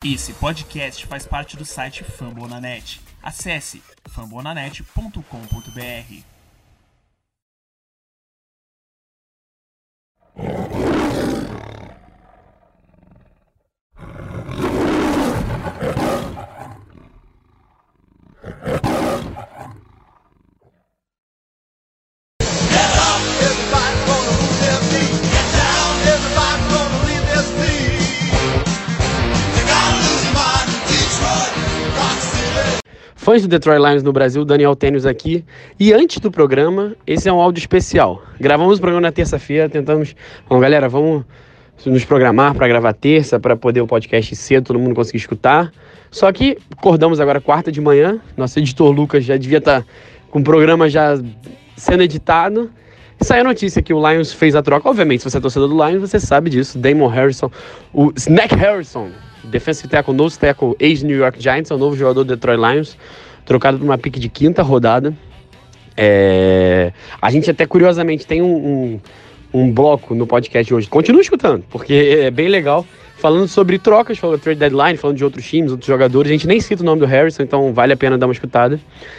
Esse podcast faz parte do site Fambonanet. Acesse fambonanet.com.br. Fãs do Detroit Lions no Brasil, Daniel Tênis aqui. E antes do programa, esse é um áudio especial. Gravamos o programa na terça-feira, tentamos... Bom, galera, vamos nos programar para gravar terça, para poder o podcast ir cedo, todo mundo conseguir escutar. Só que acordamos agora quarta de manhã, nosso editor Lucas já devia estar com o programa já sendo editado. E saiu a notícia que o Lions fez a troca. Obviamente, se você é torcedor do Lions, você sabe disso. Damon Harrison, o Snack Harrison, defensive tackle, nose tackle, ex-New York Giants, é o novo jogador do Detroit Lions, trocado por uma pick de quinta rodada. A gente até, curiosamente, tem um bloco no podcast de hoje. Continua escutando, porque é bem legal. Falando sobre trocas, falando trade deadline, falando de outros times, outros jogadores. A gente nem cita o nome do Harrison, então vale a pena dar uma escutada.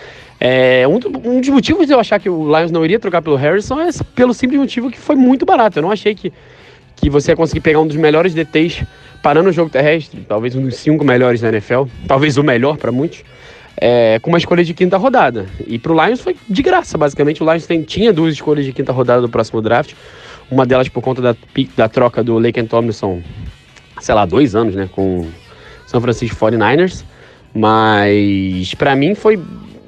Um dos motivos de eu achar que o Lions não iria trocar pelo Harrison é pelo simples motivo que foi muito barato. Eu não achei que você ia conseguir pegar um dos melhores DTs parando o jogo terrestre, talvez um dos 5 melhores da NFL, talvez o melhor para muitos, com uma escolha de quinta rodada. E pro Lions foi de graça, basicamente. O Lions tinha 2 escolhas de quinta rodada do próximo draft, uma delas por conta da troca do Laken Tomlinson, sei lá, 2 anos, né, com o San Francisco 49ers. Mas para mim foi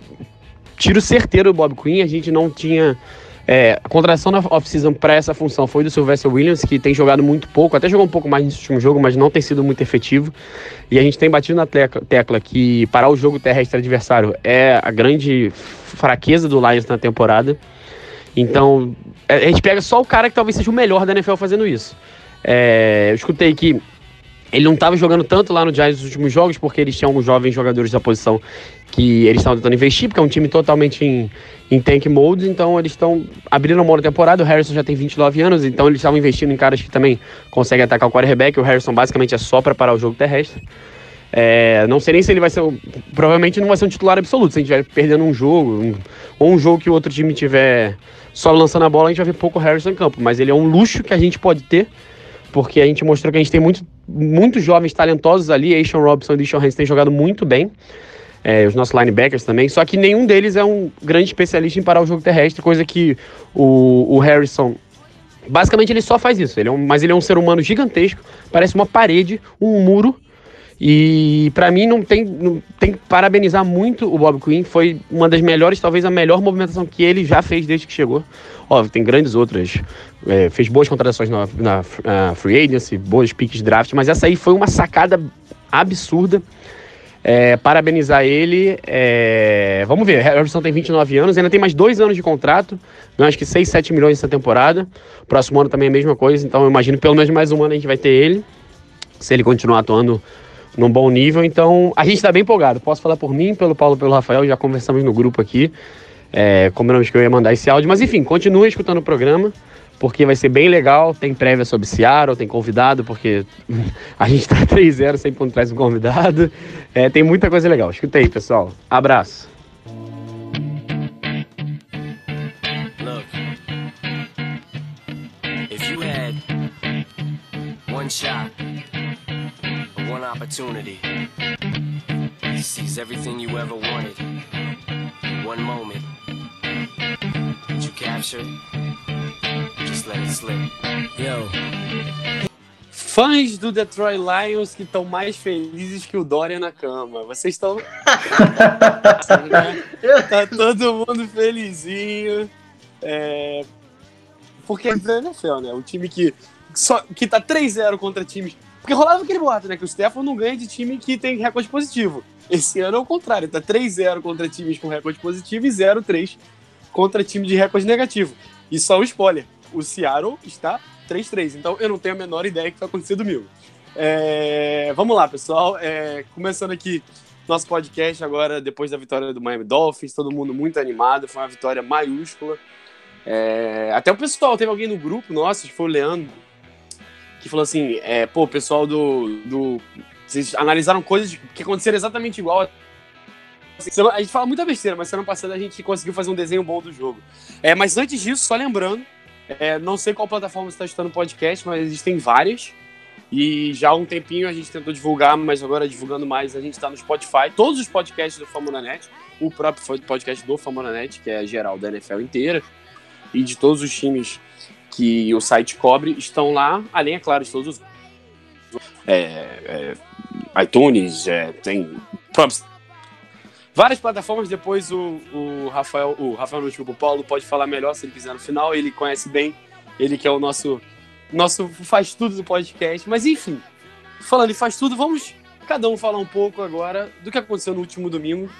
tiro certeiro do Bob Quinn. A gente não tinha... a contratação na off-season para essa função foi do Sylvester Williams, que tem jogado muito pouco, até jogou um pouco mais nesse último jogo, mas não tem sido muito efetivo. E a gente tem batido na tecla que parar o jogo terrestre adversário é a grande fraqueza do Lions na temporada. Então, a gente pega só o cara que talvez seja o melhor da NFL fazendo isso. Eu escutei que ele não estava jogando tanto lá no Giants nos últimos jogos, porque eles tinham alguns jovens jogadores da posição que eles estavam tentando investir, porque é um time totalmente em tank mode, então eles estão abrindo uma temporada. O Harrison já tem 29 anos, então eles estavam investindo em caras que também conseguem atacar o quarterback. O Harrison basicamente é só para parar o jogo terrestre. Não sei nem se ele vai ser... Provavelmente não vai ser um titular absoluto, se a gente estiver perdendo um jogo, ou um jogo que o outro time tiver só lançando a bola, a gente vai ver pouco Harrison em campo, mas ele é um luxo que a gente pode ter, porque a gente mostrou que a gente tem muitos jovens talentosos ali. Aishan Robinson e Deshaun Hans têm jogado muito bem, os nossos linebackers também, só que nenhum deles é um grande especialista em parar o jogo terrestre, coisa que o Harrison, basicamente ele só faz isso, mas ele é um ser humano gigantesco, parece uma parede, um muro, e pra mim não tem que parabenizar muito o Bob Quinn. Foi uma das melhores, talvez a melhor movimentação que ele já fez desde que chegou. Óbvio, tem grandes outras, fez boas contratações na Free Agency, boas picks de draft, mas essa aí foi uma sacada absurda. Parabenizar ele. Vamos ver, Harrison tem 29 anos, ainda tem mais 2 anos de contrato, acho que 6, 7 milhões essa temporada. Próximo ano também é a mesma coisa, então eu imagino que pelo menos mais um ano a gente vai ter ele, se ele continuar atuando num bom nível. Então a gente tá bem empolgado. Posso falar por mim, pelo Paulo, pelo Rafael, já conversamos no grupo aqui, combinamos que eu ia mandar esse áudio, mas enfim, continue escutando o programa, porque vai ser bem legal. Tem prévia sobre Seattle, tem convidado, porque a gente tá 3-0 sempre quando traz um convidado. Tem muita coisa legal. Escuta aí, pessoal. Abraço. Look, if you had one shot, one opportunity to seize everything you ever wanted in one moment, did you capture it? Just let it slip. Yo. Fãs do Detroit Lions que estão mais felizes que o Dorian na cama. Vocês estão... Tá todo mundo felizinho. Porque é da NFL, né? Um time que tá 3-0 contra times... Porque rolava aquele boato, né? Que o Stephon não ganha de time que tem recorde positivo. Esse ano é o contrário. Tá 3-0 contra times com recorde positivo e 0-3 contra time de recorde negativo. E só um spoiler. O Seattle está 3-3. Então eu não tenho a menor ideia do que vai acontecer domingo. Vamos lá, pessoal. Começando aqui nosso podcast agora, depois da vitória do Miami Dolphins. Todo mundo muito animado. Foi uma vitória maiúscula. Até o pessoal, teve alguém no grupo nosso, que foi o Leandro, que falou assim, o pessoal do Vocês analisaram coisas que aconteceram exatamente igual. A gente fala muita besteira, mas semana passada a gente conseguiu fazer um desenho bom do jogo. Mas antes disso, só lembrando, não sei qual plataforma você está escutando o podcast, mas existem várias. E já há um tempinho a gente tentou divulgar, mas agora divulgando mais, a gente está no Spotify. Todos os podcasts do Fambonanet, o próprio podcast do Fambonanet, que é geral da NFL inteira, e de todos os times que o site cobre, estão lá, além, é claro, de todos os iTunes, tem várias plataformas. Depois o Rafael não, desculpa, o Paulo pode falar melhor se ele quiser no final, ele conhece bem, ele que é o nosso faz tudo do podcast. Mas enfim, falando em faz tudo, vamos cada um falar um pouco agora do que aconteceu no último domingo,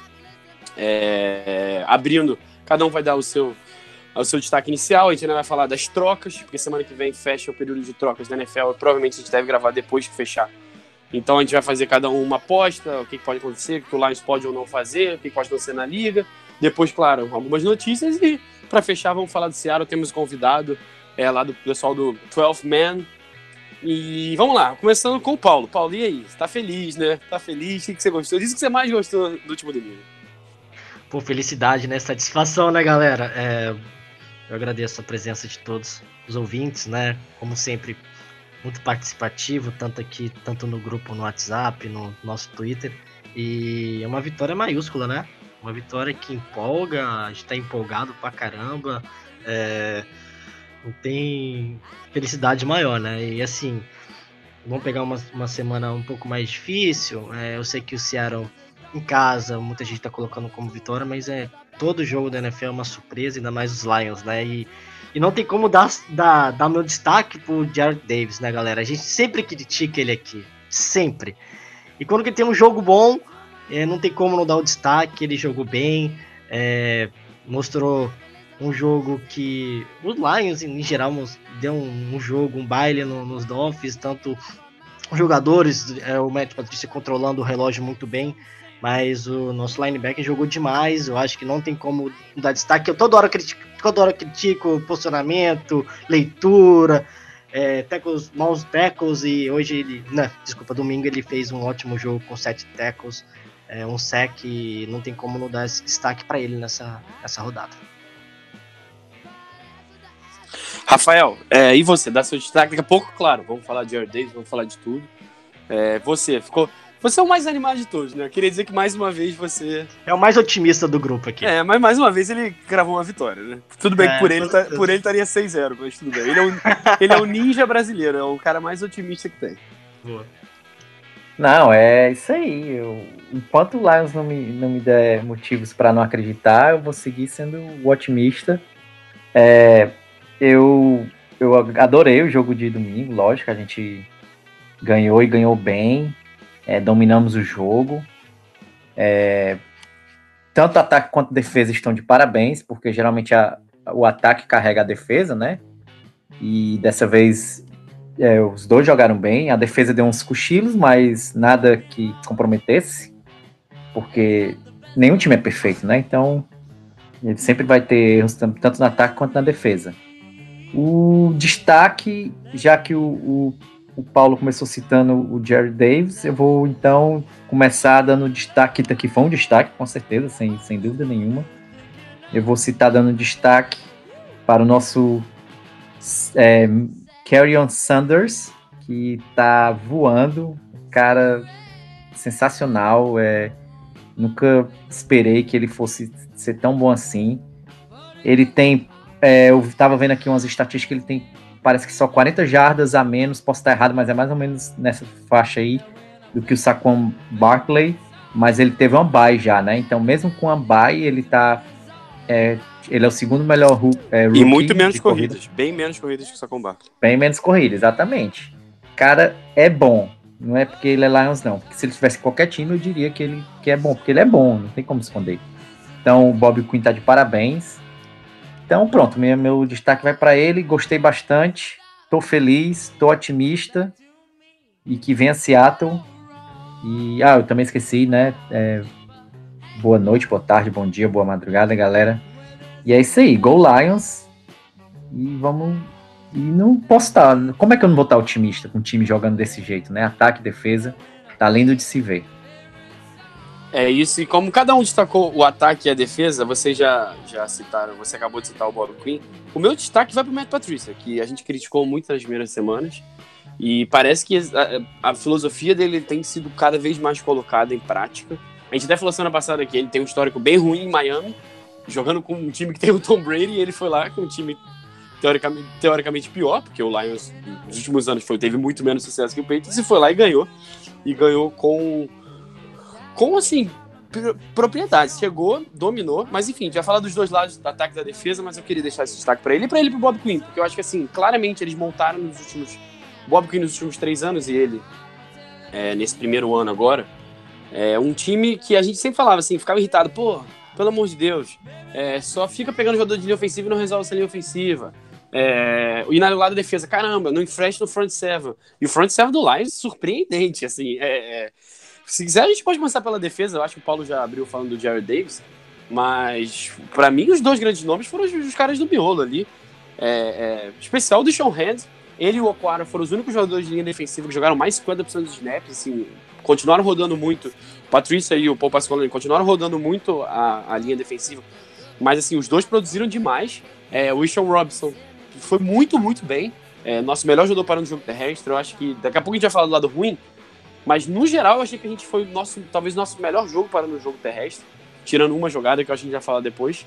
abrindo, cada um vai dar o seu destaque inicial. A gente ainda vai falar das trocas, porque semana que vem fecha o período de trocas da NFL, provavelmente a gente deve gravar depois que fechar. Então a gente vai fazer cada um uma aposta, o que pode acontecer, o que o Lions pode ou não fazer, o que pode acontecer na liga. Depois, claro, algumas notícias, e para fechar vamos falar do Seattle. Temos um convidado lá do pessoal do 12 Man. E vamos lá, começando com o Paulo. Paulo, e aí? Você tá feliz, né? Tá feliz? O que você gostou? Diz o que você mais gostou do último domingo. Pô, felicidade, né? Satisfação, né, galera? Eu agradeço a presença de todos os ouvintes, né? Como sempre, muito participativo, tanto aqui, tanto no grupo, no WhatsApp, no nosso Twitter. E é uma vitória maiúscula, né? Uma vitória que empolga, a gente tá empolgado pra caramba. Não tem felicidade maior, né? E assim, vamos pegar uma semana um pouco mais difícil. Eu sei que o Seattle em casa, muita gente tá colocando como vitória, mas todo jogo da NFL é uma surpresa, ainda mais os Lions, né? E não tem como dar meu destaque pro Jarrad Davis, né, galera? A gente sempre critica ele aqui, sempre. E quando que tem um jogo bom, não tem como não dar o destaque. Ele jogou bem, mostrou um jogo que os Lions, em geral, deu um jogo, um baile nos Dolphins, tanto os jogadores, o Matt Patricia controlando o relógio muito bem, mas o nosso linebacker jogou demais. Eu acho que não tem como dar destaque. Eu toda hora critico posicionamento, leitura, maus tackles, e hoje domingo ele fez um ótimo jogo com 7 tackles, um sack, e não tem como não dar esse destaque para ele nessa rodada. Rafael, e você? Dá seu destaque daqui a pouco, claro. Vamos falar de Jarrad Davis, vamos falar de tudo. Você é o mais animado de todos, né? Eu queria dizer que mais uma vez você... É o mais otimista do grupo aqui. Mas mais uma vez ele gravou uma vitória, né? Tudo bem que por ele estaria 6-0, mas tudo bem. Ele é um ninja brasileiro, é o cara mais otimista que tem. Boa. Não, é isso aí. Enquanto o Lions não me der motivos para não acreditar, eu vou seguir sendo o otimista. Eu adorei o jogo de domingo, lógico, a gente ganhou e ganhou bem, dominamos o jogo. Tanto ataque quanto defesa estão de parabéns, porque geralmente o ataque carrega a defesa, né? E dessa vez os dois jogaram bem. A defesa deu uns cochilos, mas nada que comprometesse, porque nenhum time é perfeito, né? Então ele sempre vai ter erros tanto no ataque quanto na defesa. O destaque, já que o Paulo começou citando o Jarrad Davis, eu vou então começar dando destaque, que foi um destaque, com certeza, sem dúvida nenhuma. Eu vou citar dando destaque para o nosso Kerryon Sanders, que tá voando, cara sensacional. Nunca esperei que ele fosse ser tão bom assim. Ele tem, eu estava vendo aqui umas estatísticas, ele tem, parece que só 40 jardas a menos, posso estar errado, mas é mais ou menos nessa faixa aí, do que o Saquon Barkley, mas ele teve uma bye já, né? Então, mesmo com a bye, ele tá... ele é o segundo melhor rookie. E muito menos corridas, bem menos corridas que o Saquon Barkley. Bem menos corridas, exatamente. Cara, é bom. Não é porque ele é Lions, não. Porque se ele tivesse qualquer time, eu diria que ele é bom, porque ele é bom, não tem como esconder. Então, o Bob Quinn tá de parabéns. Então, pronto, meu destaque vai para ele. Gostei bastante, tô feliz, tô otimista, e que venha Seattle. E, eu também esqueci, né? Boa noite, boa tarde, bom dia, boa madrugada, galera. E é isso aí, Go Lions. E vamos... E não posso estar... Como é que eu não vou estar otimista com o time jogando desse jeito, né? Ataque, defesa. Tá lindo de se ver. É isso, e como cada um destacou o ataque e a defesa, vocês já citaram, você acabou de citar o Bob Quinn, o meu destaque vai pro Matt Patricia, que a gente criticou muito nas primeiras semanas, e parece que a filosofia dele tem sido cada vez mais colocada em prática. A gente até falou semana passada que ele tem um histórico bem ruim em Miami, jogando com um time que tem o Tom Brady, e ele foi lá com um time teoricamente pior, porque o Lions nos últimos anos teve muito menos sucesso que o Patriots, e foi lá e ganhou com assim, propriedade. Chegou, dominou, mas enfim, a gente vai falar dos dois lados, do ataque e da defesa, mas eu queria deixar esse destaque pra ele e pro Bob Quinn, porque eu acho que assim, claramente eles montaram Bob Quinn nos últimos 3 anos e ele nesse primeiro ano agora, um time que a gente sempre falava assim, ficava irritado, pô, pelo amor de Deus, só fica pegando jogador de linha ofensiva e não resolve essa linha ofensiva. E na lado da defesa, caramba, não enfrenta no front seven. E o front seven do Lions surpreendente, assim, se quiser, a gente pode começar pela defesa. Eu acho que o Paulo já abriu falando do Jarrad Davis, mas pra mim os dois grandes nomes foram os caras do miolo ali. Especial do Sean Hand. Ele e o Okwara foram os únicos jogadores de linha defensiva que jogaram mais 50% dos snaps, assim, continuaram rodando muito. O Patricia e o Paul Pasqualoni continuaram rodando muito a linha defensiva, mas assim, os dois produziram demais. O Ishan Robinson foi muito, muito bem. Nosso melhor jogador parando o jogo terrestre. Eu acho que daqui a pouco a gente vai falar do lado ruim, mas no geral eu achei que a gente foi talvez nosso melhor jogo parando o jogo terrestre, tirando uma jogada que eu acho que a gente vai falar depois.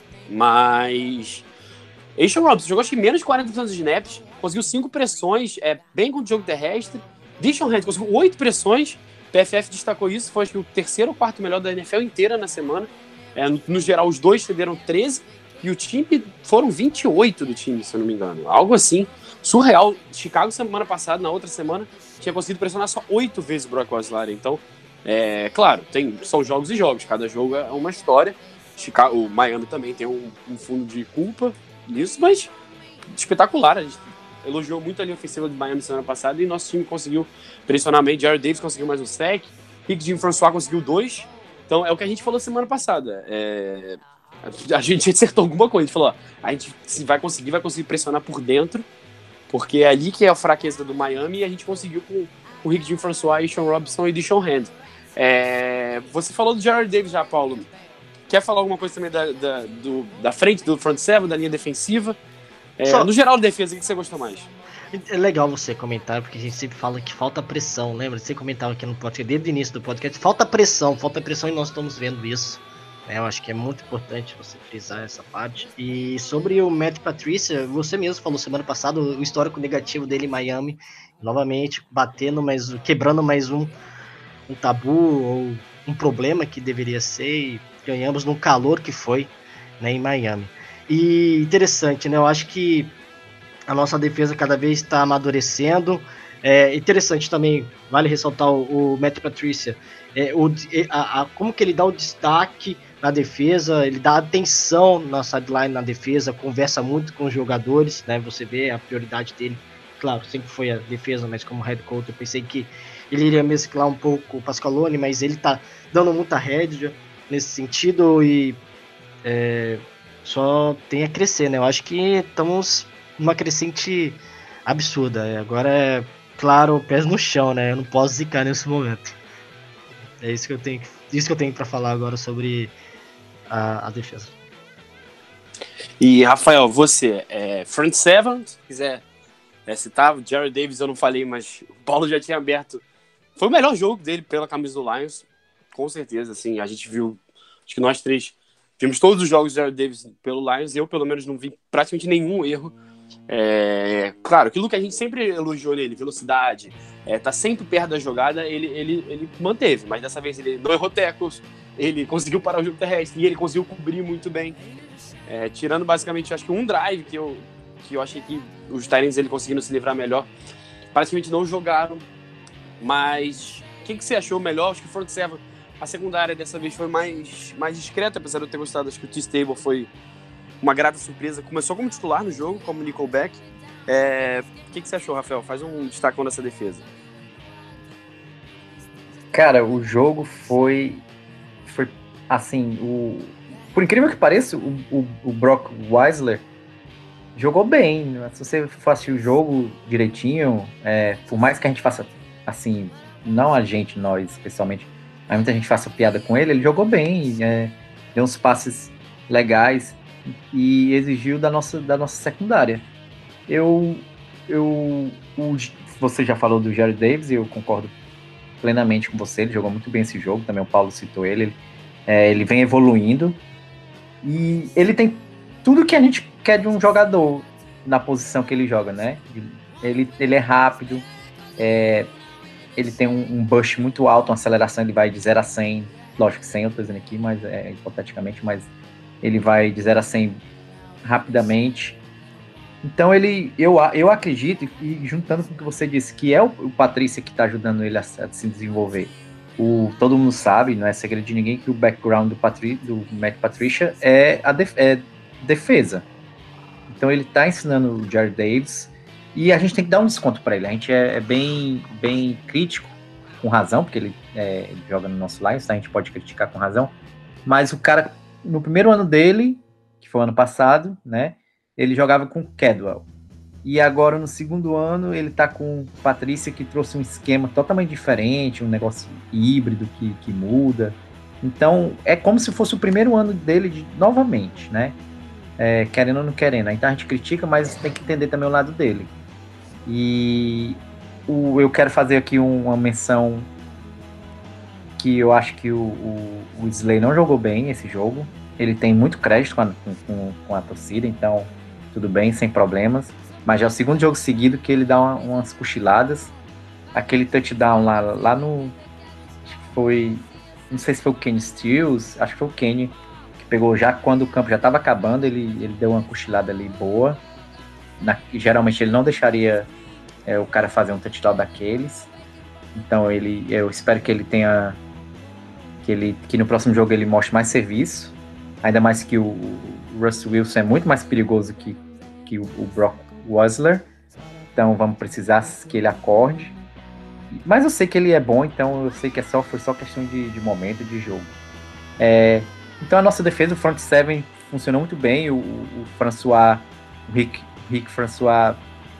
Mas Ishan Robinson jogou acho que menos de 40% dos snaps, conseguiu 5 pressões, bem contra o jogo terrestre. Dishon Hand conseguiu 8 pressões, PFF destacou isso, foi acho que o terceiro ou quarto melhor da NFL inteira na semana. No geral os dois cederam 13 e o time foram 28 do time, se eu não me engano, algo assim surreal. Chicago semana passada, na outra semana, tinha conseguido pressionar só 8 vezes o Brock Osweiler. Então, claro, são jogos e jogos, cada jogo é uma história. O Miami também tem um fundo de culpa nisso, mas espetacular. A gente elogiou muito a linha ofensiva do Miami semana passada e nosso time conseguiu pressionar bem. Jarrad Davis conseguiu mais um sack, Rick Jean-François conseguiu 2. Então é o que a gente falou semana passada. A gente acertou alguma coisa. A gente falou, a gente vai conseguir pressionar por dentro, porque é ali que é a fraqueza do Miami, e a gente conseguiu com o Rick Jean-François, Ishan Robinson e Dishon Hand. Você falou do Jarrad Davis já, Paulo. Quer falar alguma coisa também da frente, do front seven, da linha defensiva? No geral da defesa, o que você gostou mais? É legal você comentar, porque a gente sempre fala que falta pressão, lembra? Você comentava aqui no podcast, desde o início do podcast, falta pressão e nós estamos vendo isso. Eu acho que é muito importante você frisar essa parte. E sobre o Matt Patricia, você mesmo falou semana passada o histórico negativo dele em Miami, novamente quebrando mais um tabu ou um problema que deveria ser, e ganhamos no calor que foi, né, em Miami. E interessante, né? Eu acho que a nossa defesa cada vez está amadurecendo. Interessante também, vale ressaltar o Matt Patricia, como que ele dá o destaque na defesa, ele dá atenção na sideline, na defesa, conversa muito com os jogadores, né? Você vê a prioridade dele, claro, sempre foi a defesa, mas como head coach eu pensei que ele iria mesclar um pouco o Pasqualoni, mas ele tá dando muita rédea nesse sentido e só tem a crescer, né? Eu acho que estamos numa crescente absurda. Agora claro, pés no chão, né? Eu não posso zicar nesse momento. É isso que eu tenho para falar agora sobre a defesa. E Rafael, você, front seven, se quiser citar, o Jarrad Davis eu não falei, mas o Paulo já tinha aberto. Foi o melhor jogo dele pela camisa do Lions, com certeza, assim, a gente viu, acho que nós três vimos todos os jogos do Jarrad Davis pelo Lions, eu pelo menos não vi praticamente nenhum erro. Claro, aquilo que a gente sempre elogiou nele, velocidade, tá sempre perto da jogada, ele manteve, mas dessa vez ele não errou tackles, ele conseguiu parar o jogo terrestre e ele conseguiu cobrir muito bem, tirando basicamente, acho que um drive que eu achei que os Tyrants ele conseguiram se livrar melhor, praticamente não jogaram. Mas o que você achou melhor? Acho que o front seven, a secundária dessa vez foi mais discreta, apesar de eu ter gostado. Acho que o T-Stable foi uma grata surpresa. Começou como titular no jogo, como Nickelback. O que você achou, Rafael? Faz um destacão dessa defesa. Cara, o jogo foi assim, por incrível que pareça, o Brock Osweiler jogou bem. Se você for assistir o jogo direitinho, por mais que a gente faça assim, não a gente, nós, especialmente, mas muita gente faça piada com ele jogou bem, deu uns passes legais e exigiu da nossa secundária. Você já falou do Jared Davis e eu concordo plenamente com você, ele jogou muito bem esse jogo, também o Paulo citou ele vem evoluindo e ele tem tudo que a gente quer de um jogador na posição que ele joga, né? Ele é rápido, ele tem um burst muito alto, uma aceleração, ele vai de 0 a 100, lógico que 100 eu tô dizendo aqui, mas hipoteticamente, mas ele vai de 0 a 100 rapidamente. Então eu acredito, e juntando com o que você disse, que é o Patrícia que está ajudando ele a se desenvolver. Todo mundo sabe, não é segredo de ninguém, que o background do Matt Patricia é defesa. Então ele está ensinando o Jared Davis e a gente tem que dar um desconto para ele. A gente é bem crítico, com razão, porque ele joga no nosso Lions, tá? A gente pode criticar com razão, mas o cara, no primeiro ano dele, que foi o ano passado, né, ele jogava com Cadwell. E agora, no segundo ano, ele tá com Patrícia, que trouxe um esquema totalmente diferente, um negócio híbrido que muda. Então, é como se fosse o primeiro ano dele novamente, né? Querendo ou não querendo. Então a gente critica, mas tem que entender também o lado dele. E eu quero fazer aqui uma menção que eu acho que o Slay não jogou bem esse jogo. Ele tem muito crédito com a torcida, então tudo bem, sem problemas. Mas já é o segundo jogo seguido que ele dá umas cochiladas. Aquele touchdown lá no... Foi... Não sei se foi o Kenny Stills, acho que foi o Kenny, que pegou já quando o campo já estava acabando, ele deu uma cochilada ali boa. Geralmente ele não deixaria o cara fazer um touchdown daqueles. Então eu espero que ele tenha... Que no próximo jogo ele mostre mais serviço. Ainda mais que o Russell Wilson é muito mais perigoso que o Brock Osweiler. Então vamos precisar que ele acorde. Mas eu sei que ele é bom, então eu sei que foi só questão de momento, de jogo. Então a nossa defesa, o front seven, funcionou muito bem. O François, o Rick François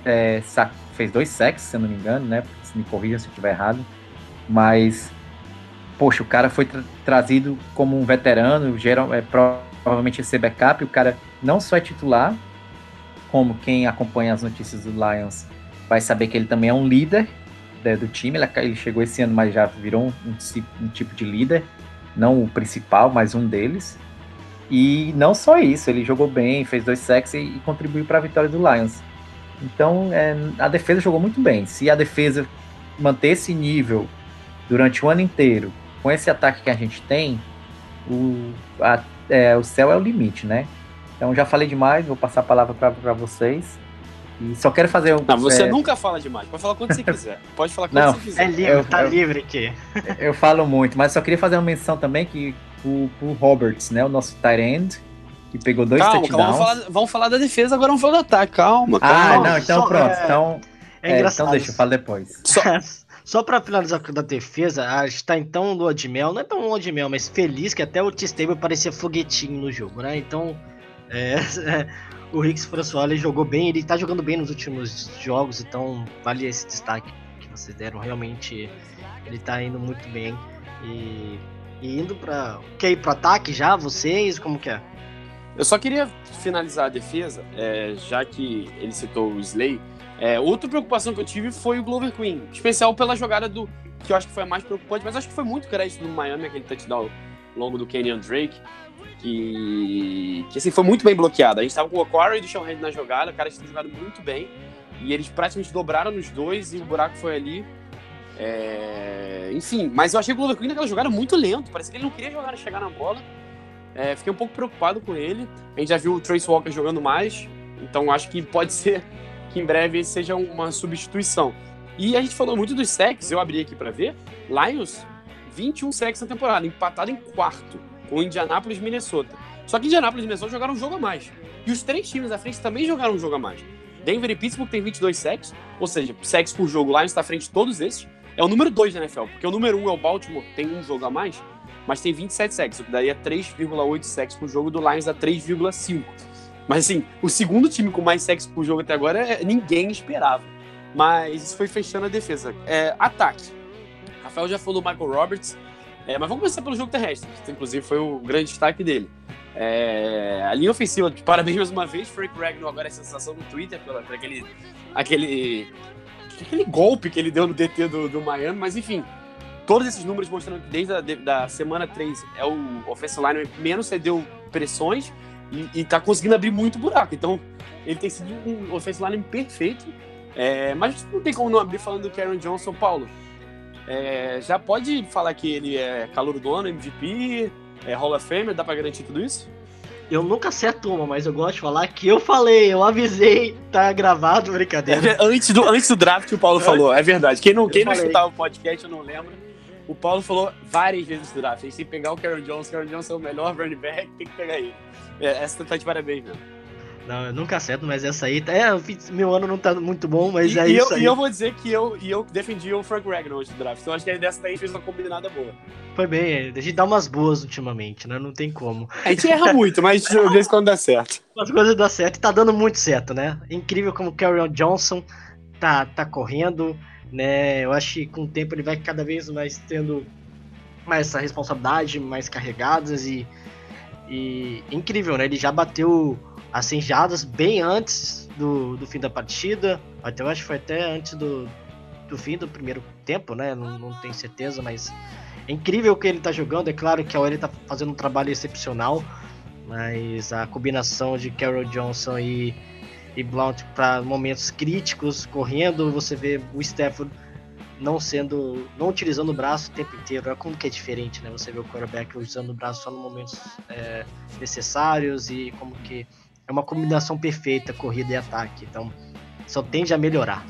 fez 2 sacks, se eu não me engano, né? Se me corrija se eu estiver errado. Mas, poxa, o cara foi trazido como um veterano, provavelmente ia ser backup. O cara não só é titular, como quem acompanha as notícias do Lions vai saber que ele também é um líder do time. Ele chegou esse ano, mas já virou um tipo de líder, não o principal, mas um deles. E não só isso, ele jogou bem, fez 2 sacks e contribuiu para a vitória do Lions. Então a defesa jogou muito bem. Se a defesa manter esse nível durante o ano inteiro, com esse ataque que a gente tem, o céu é o limite, né? Então já falei demais, vou passar a palavra para vocês. E só quero fazer Não, você nunca fala demais. Pode falar quando você quiser. Pode falar quando você quiser. É livre, tá livre aqui. Eu falo muito, mas só queria fazer uma menção também que o Roberts, né, o nosso tight end, que pegou 2 touchdowns. Calma, vamos falar da defesa, agora vamos falar do ataque. Calma. Não, então pronto. Engraçado. Então deixa eu falar depois. Só pra finalizar da defesa, a gente tá então lua de mel, não é tão lua de mel, mas feliz que até o T-Stable parecia foguetinho no jogo, né? Então, o Rick François, ele jogou bem, ele tá jogando bem nos últimos jogos, então vale esse destaque que vocês deram, realmente ele tá indo muito bem. E indo pra... Quer ir pro ataque já, vocês, como que é? Eu só queria finalizar a defesa, já que ele citou o Slay. Outra preocupação que eu tive foi o Glover Queen, especial pela jogada que eu acho que foi a mais preocupante, mas acho que foi muito crédito do Miami, aquele touchdown longo do Kenyon Drake, que assim, foi muito bem bloqueado. A gente tava com o Quarry e o Sean Hand na jogada, o cara tinha jogado muito bem, e eles praticamente dobraram nos dois, e o buraco foi ali. Enfim, mas eu achei o Glover Queen naquela jogada muito lento, parecia que ele não queria chegar na bola. Fiquei um pouco preocupado com ele. A gente já viu o Trace Walker jogando mais, então acho que pode ser que em breve seja uma substituição. E a gente falou muito dos sacks, eu abri aqui pra ver. Lions, 21 sacks na temporada, empatado em quarto com o Indianapolis e Minnesota. Só que Indianapolis e Minnesota jogaram um jogo a mais. E os 3 times da frente também jogaram um jogo a mais. Denver e Pittsburgh tem 22 sacks, ou seja, sacks por jogo. Lions está à frente de todos esses. É o número 2 da NFL, porque o número 1 é o Baltimore, tem um jogo a mais, mas tem 27 sacks, o que daria 3,8 sacks por jogo, do Lions dá 3,5. Mas assim, o segundo time com mais sacks por jogo até agora ninguém esperava. Mas isso foi fechando a defesa. Ataque. Rafael já falou do Michael Roberts, mas vamos começar pelo jogo terrestre, que inclusive foi o grande destaque dele. A linha ofensiva, parabéns mais uma vez, Frank Ragnow agora é sensação no Twitter, por aquele golpe que ele deu no DT do Miami, mas enfim, todos esses números mostrando que desde da semana 3 é o offensive lineman que menos cedeu pressões e tá conseguindo abrir muito buraco, então ele tem sido um offensive lineman perfeito, mas não tem como não abrir falando do Kerryon Johnson. Paulo, já pode falar que ele é calouro do ano, MVP, Hall of Fame, dá pra garantir tudo isso? Eu nunca acerto uma, mas eu gosto de falar que eu falei, eu avisei, tá gravado, brincadeira. Antes do draft o Paulo falou, é verdade. Quem não escutava o podcast, eu não lembro, o Paulo falou várias vezes do draft. Se pegar o Kerryon Johnson é o melhor running back, tem que pegar ele. Essa tá de parabéns, né? Não, eu nunca acerto, mas essa aí, meu ano não tá muito bom, mas isso aí. E eu vou dizer que eu defendi o Frank Ragnow antes do draft, então acho que dessa daí fez uma combinada boa. Foi bem, a gente dá umas boas ultimamente, né? Não tem como. A gente erra muito, mas de vez em quando dá certo. As coisas dão certo e tá dando muito certo, né? Incrível como o Kerryon Johnson tá correndo, né? Eu acho que com o tempo ele vai cada vez mais tendo mais essa responsabilidade, mais carregadas e incrível, né? Ele já bateu as 100 jardas bem antes do fim da partida, até eu acho que foi até antes do fim do primeiro tempo, né? Não tenho certeza, mas é incrível o que ele tá jogando. É claro que a OL tá fazendo um trabalho excepcional, mas a combinação de Kerryon Johnson e Blount para momentos críticos, correndo, você vê o Stafford não utilizando o braço o tempo inteiro. Olha como que é diferente, né? Você vê o quarterback usando o braço só nos momentos necessários, e como que é uma combinação perfeita, corrida e ataque. Então, só tende a melhorar.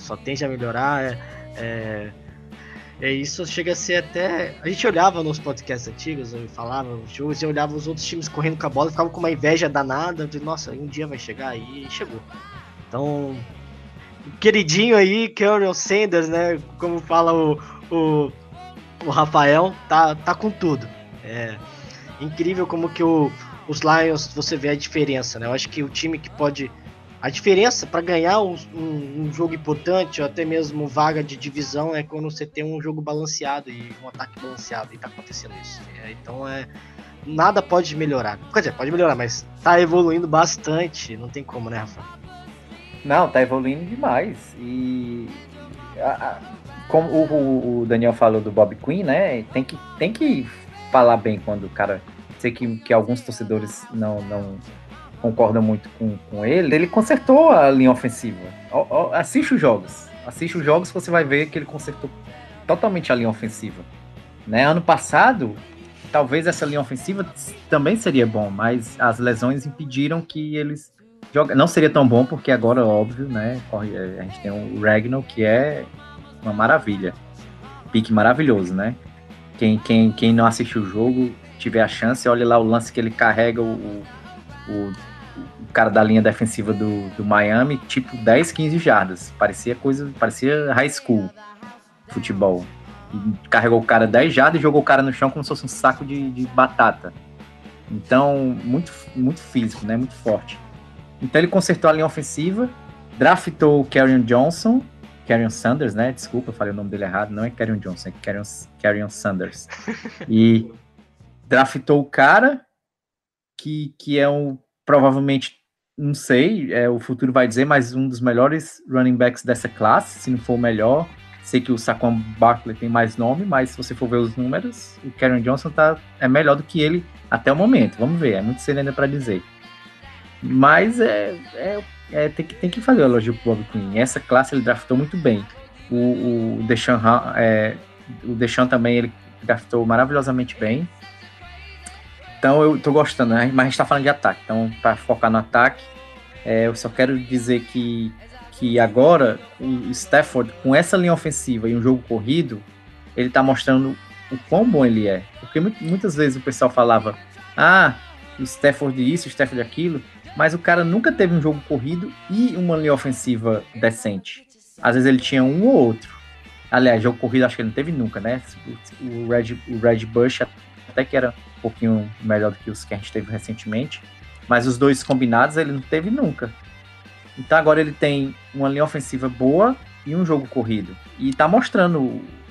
Isso chega a ser até... A gente olhava nos podcasts antigos, eu falava os jogos, e olhava os outros times correndo com a bola, ficava com uma inveja danada, de nossa, um dia vai chegar, e chegou. Então, o queridinho aí, Kerryon Sanders, né, como fala o Rafael, tá com tudo. Incrível como que os Lions, você vê a diferença, né? Eu acho que o time que pode... A diferença para ganhar um jogo importante, ou até mesmo vaga de divisão, é quando você tem um jogo balanceado e um ataque balanceado, e tá acontecendo isso. Então, nada pode melhorar. Quer dizer, pode melhorar, mas tá evoluindo bastante. Não tem como, né, Rafa? Não, tá evoluindo demais. E como o Daniel falou do Bob Quinn, né? Tem que falar bem quando o cara... Sei que alguns torcedores não concordam muito com ele. Ele consertou a linha ofensiva. Assiste os jogos que você vai ver que ele consertou totalmente a linha ofensiva, né? Ano passado, talvez essa linha ofensiva também seria bom, mas as lesões impediram que eles joguem. Não seria tão bom, porque agora, óbvio, né? A gente tem o Ragnow, que é uma maravilha. Pique maravilhoso, né? Quem não assistiu o jogo, tiver a chance, olha lá o lance que ele carrega o cara da linha defensiva do Miami, tipo 10, 15 jardas. Parecia high school futebol. E carregou o cara 10 jardas e jogou o cara no chão como se fosse um saco de batata. Então, muito, muito físico, né? Muito forte. Então ele consertou a linha ofensiva, draftou o Kerryon Sanders, né? Desculpa, eu falei o nome dele errado. Não é Kerryon Johnson, é Kerryon Sanders. E draftou o cara que é provavelmente, não sei, o futuro vai dizer, mas um dos melhores running backs dessa classe, se não for o melhor. Sei que o Saquon Barkley tem mais nome, mas se você for ver os números, o Kerryon Johnson é melhor do que ele até o momento. Vamos ver, é muito cedo ainda para dizer. Mas tem que fazer o elogio pro Bob Quinn. Essa classe ele draftou muito bem. O Deshaun também ele draftou maravilhosamente bem. Então eu tô gostando, né? Mas a gente tá falando de ataque. Então, para focar no ataque, eu só quero dizer que agora o Stafford, com essa linha ofensiva e um jogo corrido, ele tá mostrando o quão bom ele é. Porque muitas vezes o pessoal falava, o Stafford isso, o Stafford aquilo, mas o cara nunca teve um jogo corrido e uma linha ofensiva decente. Às vezes ele tinha um ou outro. Aliás, jogo corrido acho que ele não teve nunca, né? O Red Bush até que era um pouquinho melhor do que os que a gente teve recentemente, mas os dois combinados ele não teve nunca. Então agora ele tem uma linha ofensiva boa e um jogo corrido. E tá mostrando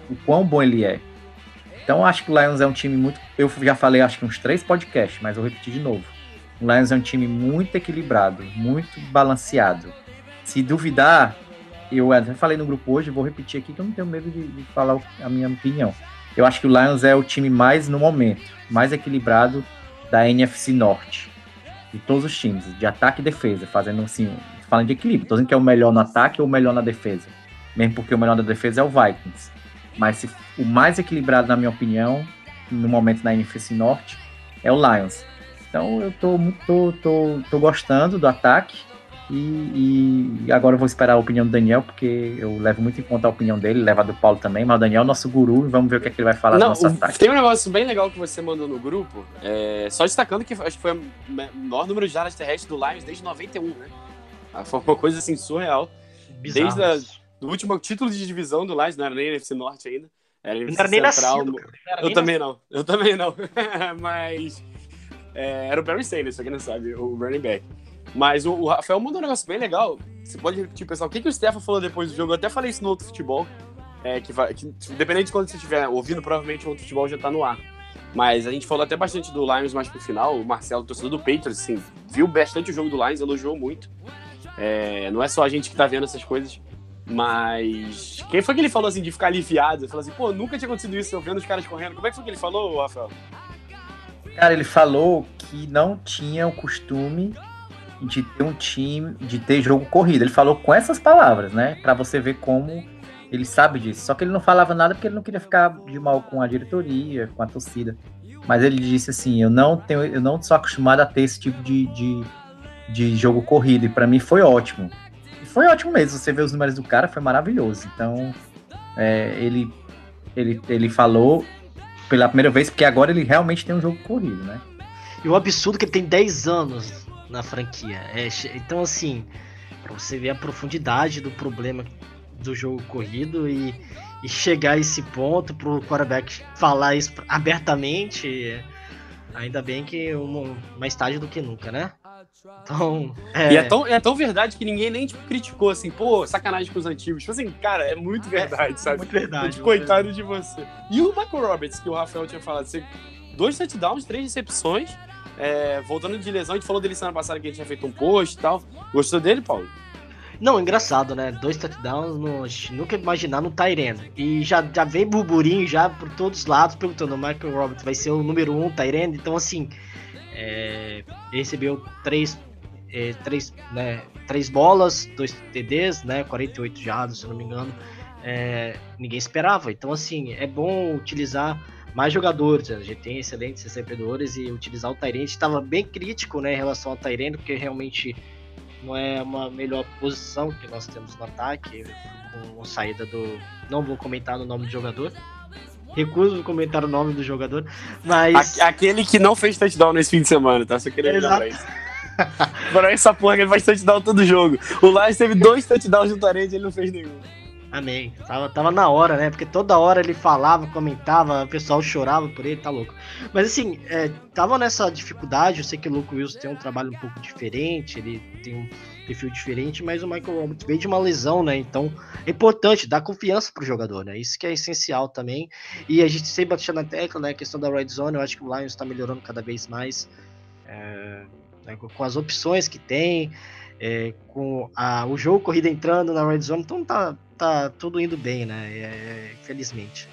o quão bom ele é. Então, eu acho que o Lions é um time muito... Eu já falei, acho que uns 3 podcasts, mas vou repetir de novo. O Lions é um time muito equilibrado, muito balanceado. Se duvidar, eu já falei no grupo hoje, vou repetir aqui, que eu não tenho medo de falar a minha opinião. Eu acho que o Lions é o time mais, no momento, mais equilibrado da NFC Norte. De todos os times, de ataque e defesa, fazendo assim, falando de equilíbrio. Tô dizendo que é o melhor no ataque ou o melhor na defesa. Mesmo porque o melhor da defesa é o Vikings. Mas o mais equilibrado, na minha opinião, no momento na NFC Norte, é o Lions. Então eu tô gostando do ataque e agora eu vou esperar a opinião do Daniel, porque eu levo muito em conta a opinião dele, levo a do Paulo também, mas o Daniel é o nosso guru e vamos ver o que é que ele vai falar do nosso ataque. Tem um negócio bem legal que você mandou no grupo, só destacando que acho que foi o menor número de jardas terrestres do Lions desde 91, né? Foi uma coisa assim surreal. Bizarro. Desde do último título de divisão do Lions, não era nem NFC Norte ainda. Era Não era nem nascido, cara. Eu também não. Mas era o Barry Sanders, pra quem não sabe, o running back. Mas o Rafael mandou um negócio bem legal. Você pode repetir, pessoal, o que o Stefan falou depois do jogo? Eu até falei isso no Outro Futebol, que independente de quando você estiver ouvindo, provavelmente o Outro Futebol já tá no ar. Mas a gente falou até bastante do Lions mais pro final. O Marcelo, torcedor do Patriots, assim, viu bastante o jogo do Lions, elogiou muito. Não é só a gente que tá vendo essas coisas. Mas quem foi que ele falou assim de ficar aliviado? Ele falou assim, pô, nunca tinha acontecido isso, eu vendo os caras correndo. Como é que foi que ele falou, Rafael? Cara, ele falou que não tinha o costume de ter um time, de ter jogo corrido. Ele falou com essas palavras, né? Pra você ver como ele sabe disso. Só que ele não falava nada porque ele não queria ficar de mal com a diretoria, com a torcida. Mas ele disse assim, eu não sou acostumado a ter esse tipo de jogo corrido. E pra mim foi ótimo. Foi ótimo mesmo, você vê os números do cara, foi maravilhoso. Então, ele falou pela primeira vez, porque agora ele realmente tem um jogo corrido, né? E o absurdo é que ele tem 10 anos na franquia. Então, assim, pra você ver a profundidade do problema do jogo corrido e chegar a esse ponto pro quarterback falar isso abertamente, ainda bem que mais tarde do que nunca, né? Então, E é tão verdade que ninguém nem tipo, criticou assim, pô, sacanagem com os antigos. Tipo assim, cara, é muito verdade, sabe? Muito verdade. Coitado de você. E o Michael Roberts, que o Rafael tinha falado, 2 touchdowns, 3 recepções, voltando de lesão, a gente falou dele semana passada que a gente tinha feito um post e tal. Gostou dele, Paulo? Não, engraçado, né? 2 touchdowns, nunca imaginar no Tyrande. E já vem burburinho já por todos os lados, perguntando, o Michael Roberts vai ser o número 1 Tyrande? Então, assim, ele recebeu 3 bolas, 2 TDs, né? 48 jardas, se eu não me engano. Ninguém esperava. Então, assim, é bom utilizar mais jogadores. A gente tem excelentes recebedores e utilizar o Tyrande. Estava bem crítico, né, em relação ao Tyrande, porque realmente não é uma melhor posição que nós temos no ataque, com a saída do... Não vou comentar o nome do jogador. Recuso comentar o nome do jogador, mas... Aquele que não fez touchdown nesse fim de semana, tá? Só queria lembrar isso. Por essa porra que ele faz touchdown todo jogo. O Lions teve 2 touchdowns no Tyrande e ele não fez nenhum. Amém. Tava na hora, né? Porque toda hora ele falava, comentava, o pessoal chorava por ele, tá louco. Mas assim, tava nessa dificuldade, eu sei que o Luke Wilson tem um trabalho um pouco diferente, ele tem um perfil diferente, mas o Michael Roberts veio de uma lesão, né? Então é importante dar confiança pro jogador, né? Isso que é essencial também. E a gente sempre bateu na tecla, né? A questão da red zone, eu acho que o Lions tá melhorando cada vez mais com as opções que tem, com o jogo corrida entrando na red zone, então tá tudo indo bem, né? Infelizmente.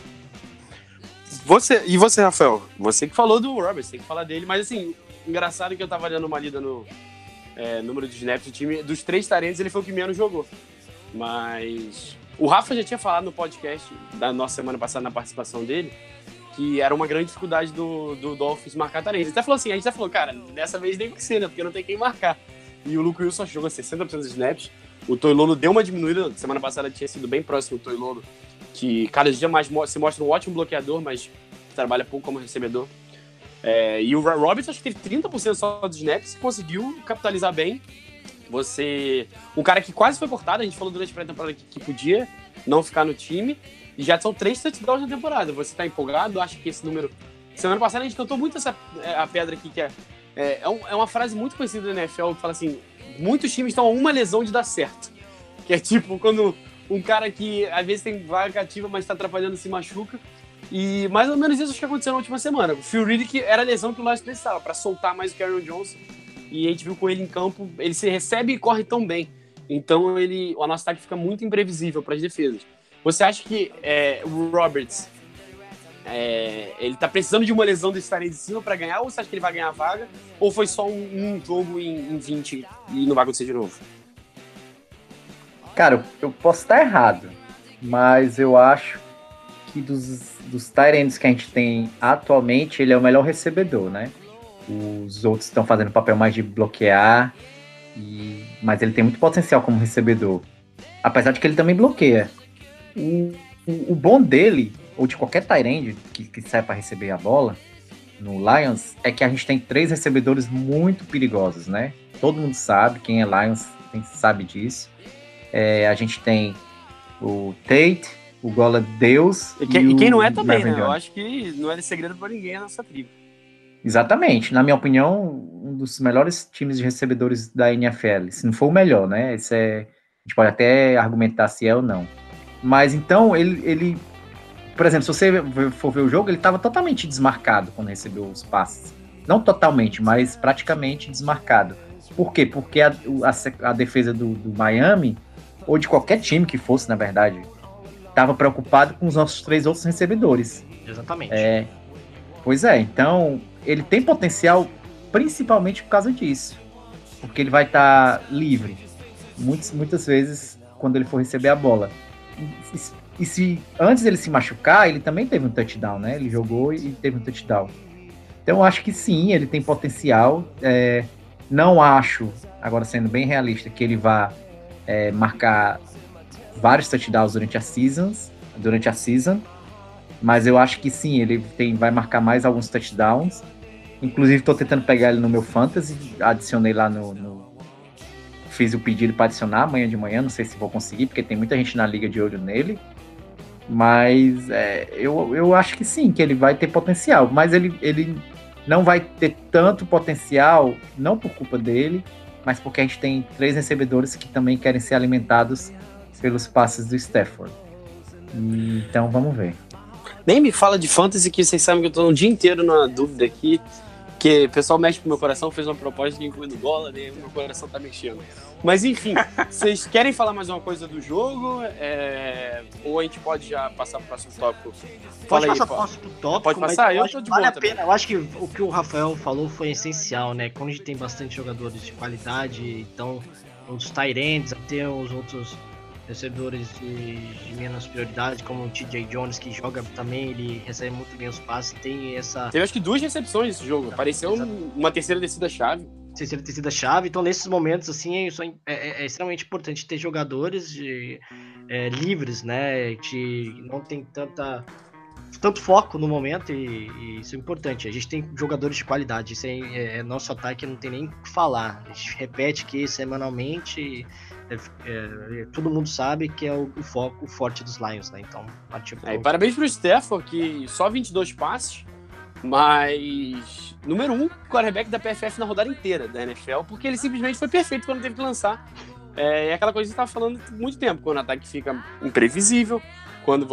E você, Rafael? Você que falou do Roberts, tem que falar dele, mas assim, engraçado que eu tava dando uma lida no número de snaps do time, dos 3 talentos, ele foi o que menos jogou. Mas o Rafa já tinha falado no podcast da nossa semana passada, na participação dele, que era uma grande dificuldade do Dolphins marcar talentos. Ele até falou assim, a gente até falou, cara, dessa vez nem vai ser, né? Porque não tem quem marcar. E o Luke Wilson jogou 60% dos snaps. O Toilolo deu uma diminuída. Semana passada tinha sido bem próximo do Toilolo, que cada dia mais se mostra um ótimo bloqueador, mas trabalha pouco como recebedor. E o Roberts, acho que teve 30% só dos snaps, conseguiu capitalizar bem. Um cara que quase foi cortado, a gente falou durante a pré-temporada que podia não ficar no time, e já são 3 touchdowns na temporada. Você tá empolgado? Acho que esse número... Semana passada a gente cantou muito a pedra aqui, que é uma frase muito conhecida da NFL, que fala assim, muitos times estão a uma lesão de dar certo. Que é tipo, quando um cara que às vezes tem vaga cativa, mas tá atrapalhando, se machuca. E mais ou menos isso que aconteceu na última semana. O Phil Riddick era a lesão que o Lions precisava para soltar mais o Kerryon Johnson. E a gente viu com ele em campo, ele se recebe e corre tão bem. Então o nosso ataque fica muito imprevisível para as defesas. Você acha que o Roberts ele tá precisando de uma lesão desse tarefa de cima para ganhar, ou você acha que ele vai ganhar a vaga? Ou foi só um jogo em 20 e não vai acontecer de novo? Cara, eu posso estar errado, mas eu acho que dos tight ends que a gente tem atualmente, ele é o melhor recebedor, né? Os outros estão fazendo papel mais de bloquear, mas ele tem muito potencial como recebedor. Apesar de que ele também bloqueia. O bom dele, ou de qualquer tight end que sai para receber a bola, no Lions, é que a gente tem 3 recebedores muito perigosos, né? Todo mundo sabe, quem é Lions sabe disso. A gente tem o Tate, o Gola Deus e quem não é o também, Marvin né? Jones. Eu acho que não é segredo pra ninguém nessa tribo. Exatamente. Na minha opinião, um dos melhores times de recebedores da NFL. Se não for o melhor, né? A gente pode até argumentar se é ou não. Mas então, ele por exemplo, se você for ver o jogo, ele estava totalmente desmarcado quando recebeu os passes. Não totalmente, mas praticamente desmarcado. Por quê? Porque a defesa do Miami, ou de qualquer time que fosse, na verdade, estava preocupado com os nossos 3 outros recebedores. Exatamente. Pois é, então ele tem potencial principalmente por causa disso. Porque ele vai estar livre muitas vezes quando ele for receber a bola. E se antes ele se machucar, ele também teve um touchdown, né? Ele jogou e teve um touchdown. Então eu acho que sim, ele tem potencial. Não acho, agora sendo bem realista, que ele vá marcar vários touchdowns durante a season, mas eu acho que sim, ele vai marcar mais alguns touchdowns. Inclusive estou tentando pegar ele no meu fantasy, adicionei lá fiz o pedido para adicionar amanhã de manhã, não sei se vou conseguir, porque tem muita gente na liga de olho nele, mas eu acho que sim, que ele vai ter potencial, mas ele não vai ter tanto potencial, não por culpa dele, mas porque a gente tem 3 recebedores que também querem ser alimentados pelos passes do Stafford. Então vamos ver. Nem me fala de fantasy, que vocês sabem que eu tô um dia inteiro na dúvida aqui, que o pessoal mexe pro meu coração, fez uma proposta que inclui no dólar, né? Meu coração tá mexendo. Mas enfim, vocês querem falar mais uma coisa do jogo? Ou a gente pode já passar pro próximo tópico? Pode passar pro próximo tópico. Pode passar? Eu tô de vale boa a pena. Eu acho que o que o Rafael falou foi essencial, né? Quando a gente tem bastante jogadores de qualidade, então os tight ends, até os outros recebedores de menos prioridade, como o TJ Jones, que joga também, ele recebe muito bem os passes, tem essa... Teve acho que 2 recepções nesse jogo, apareceu uma terceira descida-chave. Terceira descida-chave, então nesses momentos, assim, é extremamente importante ter jogadores livres, né, que não tem tanto foco no momento, e isso é importante. A gente tem jogadores de qualidade, isso nosso ataque não tem nem o que falar, a gente repete aqui semanalmente, todo mundo sabe que é o forte dos Lions, né? Então, e parabéns pro Stafford, que só 22 passes, mas número 1 quarterback da PFF na rodada inteira da NFL, porque ele simplesmente foi perfeito quando teve que lançar. É aquela coisa que você estava falando há muito tempo, quando o ataque fica imprevisível, quando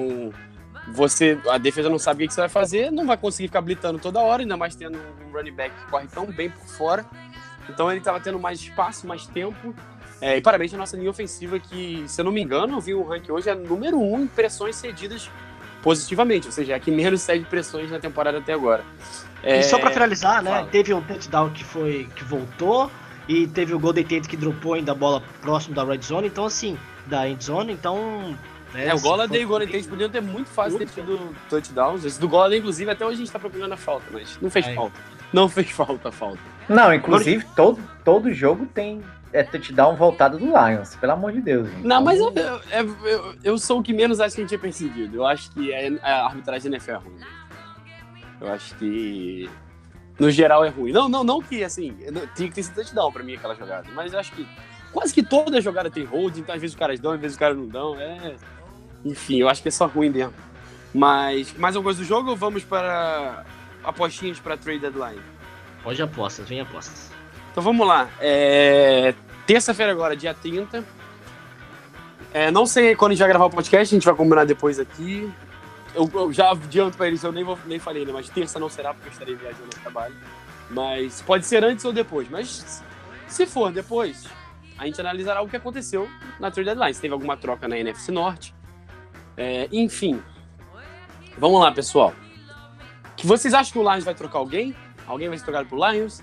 a defesa não sabe o que você vai fazer, não vai conseguir ficar blitando toda hora, ainda mais tendo um running back que corre tão bem por fora. Então ele estava tendo mais espaço, mais tempo. E parabéns à nossa linha ofensiva, que, se eu não me engano, eu vi o ranking hoje, é número 1 em pressões cedidas positivamente, ou seja, é que menos cede pressões na temporada até agora. E só para finalizar, né, teve um touchdown que voltou, e teve o Golden Tate que dropou ainda a bola próximo da red zone, então assim, da end zone, então... o Golladay e o Golden Tate podiam ter muito fácil ter tido touchdowns. Esse do Golladay, inclusive, até hoje a gente tá procurando a falta, mas não fez falta. Não fez falta a falta. Não, inclusive, todo jogo tem touchdown voltado do Lions, pelo amor de Deus. Gente. Não, mas eu sou o que menos acho que a gente é perseguido. Eu acho que a arbitragem da NFL é ruim. Eu acho que, no geral, é ruim. Não que, assim, tinha que ter sido touchdown pra mim aquela jogada, mas eu acho que quase que toda jogada tem hold, então às vezes os caras dão, às vezes os caras não dão. Enfim, eu acho que é só ruim mesmo. Mas, mais alguma coisa do jogo ou vamos para apostinhas para trade deadline? Pode apostas, vem apostas. Então vamos lá. Terça-feira agora, dia 30. Não sei quando a gente vai gravar o podcast, a gente vai combinar depois aqui. Eu já adianto pra eles, eu nem falei, né? Mas terça não será, porque eu estarei viajando no trabalho. Mas pode ser antes ou depois. Mas se for depois, a gente analisará o que aconteceu na trade deadline. Se teve alguma troca na NFC Norte. Enfim. Vamos lá, pessoal. Que vocês acham que o Lions vai trocar alguém? Alguém vai ser trocado pro Lions?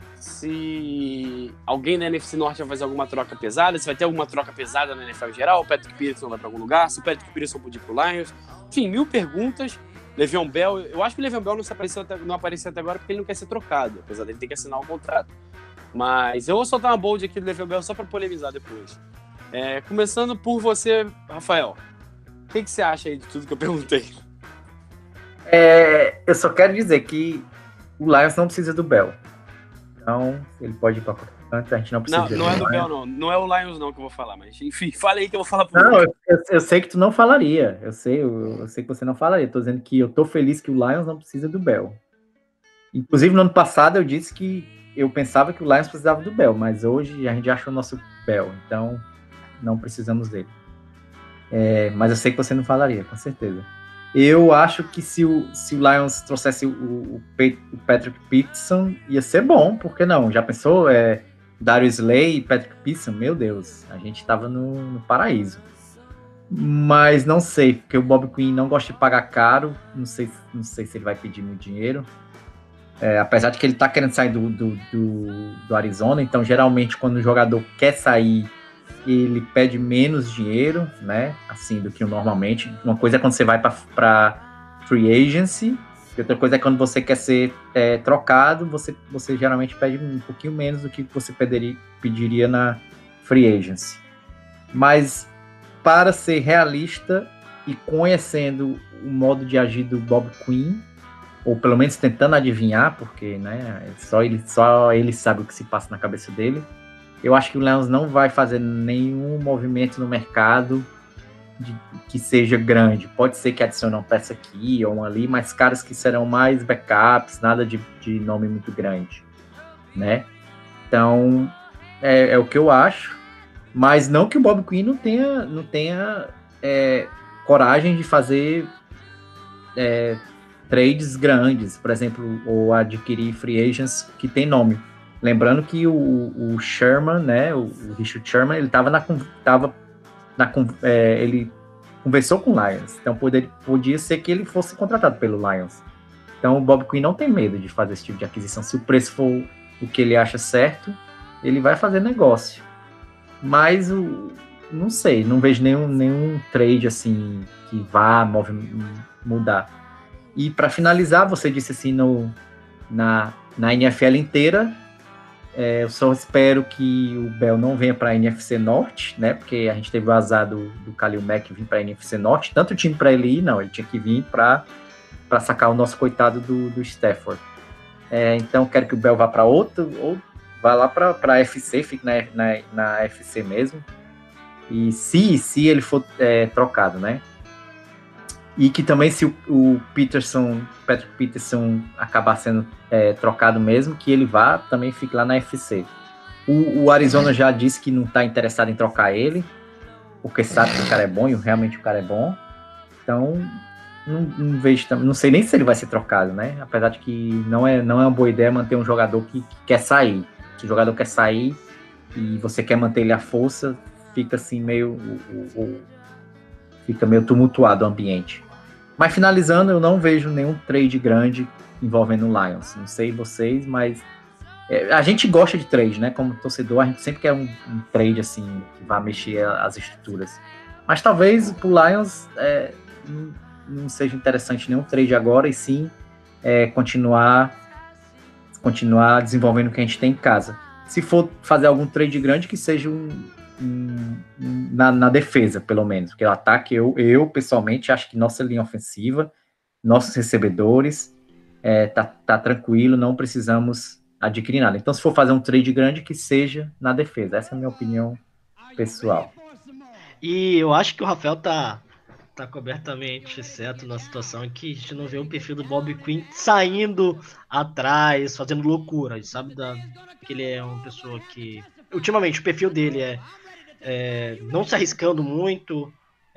Se alguém da NFC Norte vai fazer alguma troca pesada, se vai ter alguma troca pesada na NFL em geral, o Patrick Peterson vai para algum lugar, se o Patrick Peterson pode ir pro Lions. Enfim, 1000 perguntas. Le'Veon Bell, eu acho que o Le'Veon Bell não apareceu até agora porque ele não quer ser trocado, apesar dele ter que assinar o contrato. Mas eu vou soltar uma bold aqui do Le'Veon Bell só para polemizar depois. Começando por você, Rafael. O que você acha aí de tudo que eu perguntei? Eu só quero dizer que o Lions não precisa do Bell. Então, ele pode ir para qualquer canto, a gente não precisa. Não é do Bell, não. Não é o Lions, não, que eu vou falar. Mas, enfim, fala aí que eu vou falar por Não, eu sei que tu não falaria. Eu sei que você não falaria. Tô dizendo que eu tô feliz que o Lions não precisa do Bell. Inclusive, no ano passado, eu disse que eu pensava que o Lions precisava do Bell, mas hoje a gente já achou o nosso Bell. Então, não precisamos dele. Mas eu sei que você não falaria, com certeza. Eu acho que se o Lions trouxesse o Patrick Peterson, ia ser bom, por que não? Já pensou? Darius Slay e Patrick Peterson, meu Deus, a gente tava no paraíso. Mas não sei, porque o Bob Quinn não gosta de pagar caro, não sei se ele vai pedir muito dinheiro. Apesar de que ele tá querendo sair do Arizona, então geralmente quando o jogador quer sair, ele pede menos dinheiro, né, assim, do que normalmente. Uma coisa é quando você vai para free agency, e outra coisa é quando você quer ser trocado, você geralmente pede um pouquinho menos do que você pediria na free agency. Mas, para ser realista e conhecendo o modo de agir do Bob Quinn, ou pelo menos tentando adivinhar, porque, né, só ele sabe o que se passa na cabeça dele, eu acho que o Lions não vai fazer nenhum movimento no mercado que seja grande. Pode ser que adicione uma peça aqui ou uma ali, mas caras que serão mais backups, nada de nome muito grande, né? Então, é o que eu acho. Mas não que o Bob Quinn não tenha coragem de fazer trades grandes, por exemplo, ou adquirir free agents que tem nome. Lembrando que o Sherman, né, o Richard Sherman, ele ele conversou com o Lions, então podia ser que ele fosse contratado pelo Lions. Então o Bob Quinn não tem medo de fazer esse tipo de aquisição. Se o preço for o que ele acha certo, ele vai fazer negócio. Mas não sei, não vejo nenhum trade assim que vá mudar. E para finalizar, você disse assim na NFL inteira, eu só espero que o Bell não venha para a NFC Norte, né? Porque a gente teve o azar do Khalil Mack vir para a NFC Norte. Tanto time para ele ir, não. Ele tinha que vir para sacar o nosso coitado do Stafford. Então, quero que o Bell vá para outro, ou vá lá para a FC, fique na FC mesmo. E se ele for trocado, né? E que também, se o Patrick Peterson acabar sendo trocado mesmo, que ele vá, também fique lá na FC. O Arizona já disse que não está interessado em trocar ele, porque sabe que o cara é bom, e realmente o cara é bom. Então, não vejo, não sei nem se ele vai ser trocado, né? Apesar de que não é uma boa ideia manter um jogador que quer sair. Se o jogador quer sair e você quer manter ele à força, fica assim fica meio tumultuado o ambiente. Mas finalizando, eu não vejo nenhum trade grande envolvendo o Lions. Não sei vocês, mas a gente gosta de trade, né? Como torcedor, a gente sempre quer um trade assim, que vá mexer as estruturas. Mas talvez pro Lions não seja interessante nenhum trade agora, e sim continuar desenvolvendo o que a gente tem em casa. Se for fazer algum trade grande, que seja na defesa, pelo menos, porque o ataque, eu pessoalmente acho que nossa linha ofensiva, nossos recebedores, tá tranquilo, não precisamos adquirir nada. Então, se for fazer um trade grande, que seja na defesa. Essa é a minha opinião pessoal. E eu acho que o Rafael tá cobertamente certo na situação em que a gente não vê o perfil do Bob Quinn saindo atrás, fazendo loucura. A gente sabe que ele é uma pessoa que... Ultimamente, o perfil dele é não se arriscando muito.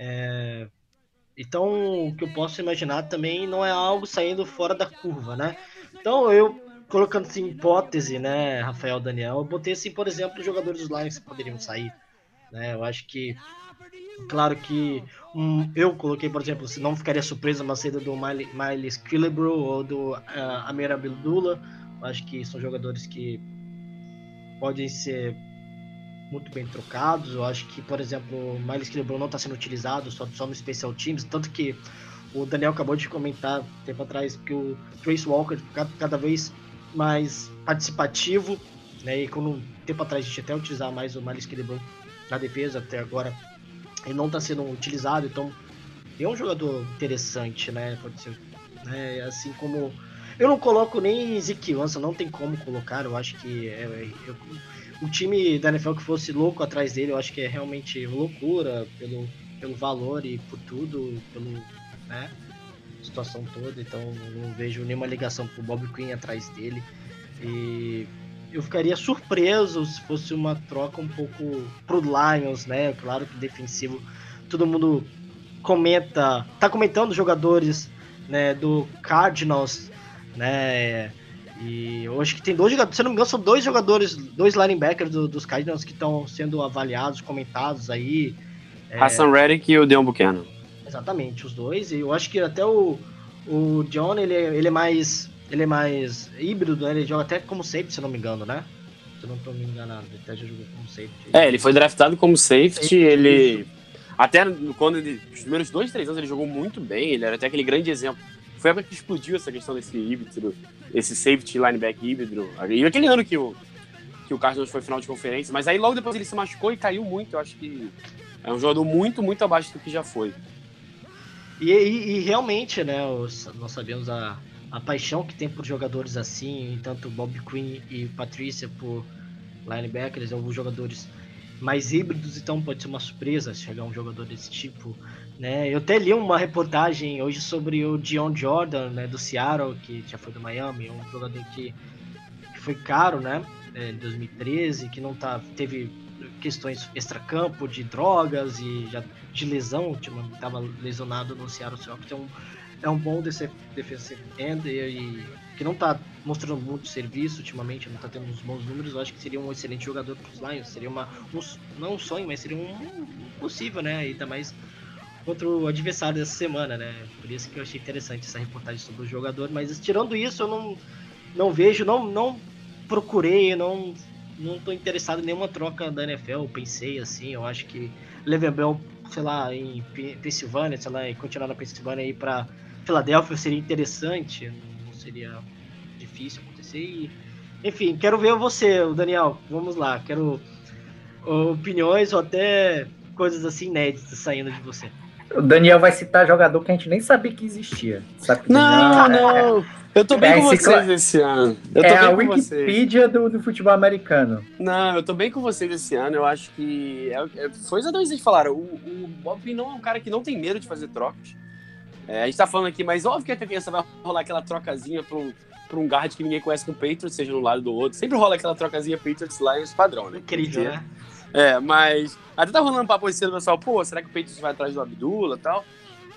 Então, o que eu posso imaginar também não é algo saindo fora da curva, né? Então, eu, colocando assim, hipótese, né, Rafael, Daniel, eu botei assim, por exemplo, os jogadores dos Lions que poderiam sair, né? Eu acho que, claro que eu coloquei, por exemplo, se não ficaria surpresa uma saída do Miles Killebrew ou do Ameer Abdullah. Eu acho que são jogadores que podem ser muito bem trocados. Eu acho que, por exemplo, o Miles Killebrew não está sendo utilizado só no Special Teams, tanto que o Daniel acabou de comentar tempo atrás que o Trace Walker cada vez mais participativo, né? E quando tempo atrás a gente até utilizar mais o Miles Killebrew na defesa, até agora ele não está sendo utilizado, então é um jogador interessante, né? Pode ser, né? Assim como eu não coloco nem Zeke Ansah, não tem como colocar. Eu acho que o time da NFL que fosse louco atrás dele, eu acho que é realmente loucura pelo valor e por tudo, né, situação toda. Então não vejo nenhuma ligação pro Bob Quinn atrás dele. E eu ficaria surpreso se fosse uma troca um pouco pro Lions, né? Claro que defensivo, todo mundo tá comentando jogadores, né, do Cardinals, né? E eu acho que tem 2 jogadores, se eu não me engano, são 2 jogadores, 2 linebackers dos Cardinals que estão sendo avaliados, comentados aí. Hassan Reddick e o Deon Buchanan. Exatamente, os 2. E eu acho que até o John, ele é mais híbrido, né? Ele joga até como safety, se eu não me engano, né? Se eu não tô me enganando, ele até já jogou como safety. Ele foi draftado como safety, ele... Até quando os primeiros 2, 3 anos ele jogou muito bem, ele era até aquele grande exemplo. Foi a época que explodiu essa questão desse híbrido, esse safety linebacker híbrido. E aquele ano que o Cardinals foi final de conferência, mas aí logo depois ele se machucou e caiu muito. Eu acho que é um jogador muito, muito abaixo do que já foi. E realmente, né, nós sabemos a paixão que tem por jogadores assim, tanto Bob Quinn e Patrícia por linebackers, alguns jogadores mais híbridos, então pode ser uma surpresa chegar um jogador desse tipo, né? Eu até li uma reportagem hoje sobre o Dion Jordan, né, do Seattle, que já foi do Miami, um jogador que foi caro, né, em 2013, que não teve questões extracampo de drogas e já de lesão, estava lesionado no Seattle Seahawks. Então é um bom defensive end e que não está mostrando muito serviço ultimamente, não está tendo uns bons números. Eu acho que seria um excelente jogador para os Lions, seria não um sonho, mas seria um possível, né? Ainda mais contra o adversário dessa semana, né? Por isso que eu achei interessante essa reportagem sobre o jogador. Mas tirando isso, eu não vejo, não procurei, não tô interessado em nenhuma troca da NFL. Eu pensei assim, eu acho que Le'Veon Bell, sei lá, em Pensilvânia, sei lá, e continuar na Pensilvânia e ir para Filadélfia seria interessante, não seria difícil acontecer. E, enfim, quero ver você, o Daniel. Vamos lá, quero opiniões ou até coisas assim inéditas saindo de você. O Daniel vai citar jogador que a gente nem sabia que existia. Sabe que Não. Eu tô bem com vocês esse ano. A Wikipedia do futebol americano. Não, eu tô bem com vocês esse ano. Eu acho que foi exatamente o que vocês falaram. O Bob não é um cara que não tem medo de fazer trocas. A gente tá falando aqui, mas óbvio que a tendência vai rolar aquela trocazinha pra um guard que ninguém conhece com o Patriots, seja no lado do outro. Sempre rola aquela trocazinha Patriots-Lions padrão, né? Incrível, né? Mas até tá rolando um papo esse ano, pessoal, será que o Patriots vai atrás do Abdullah e tal?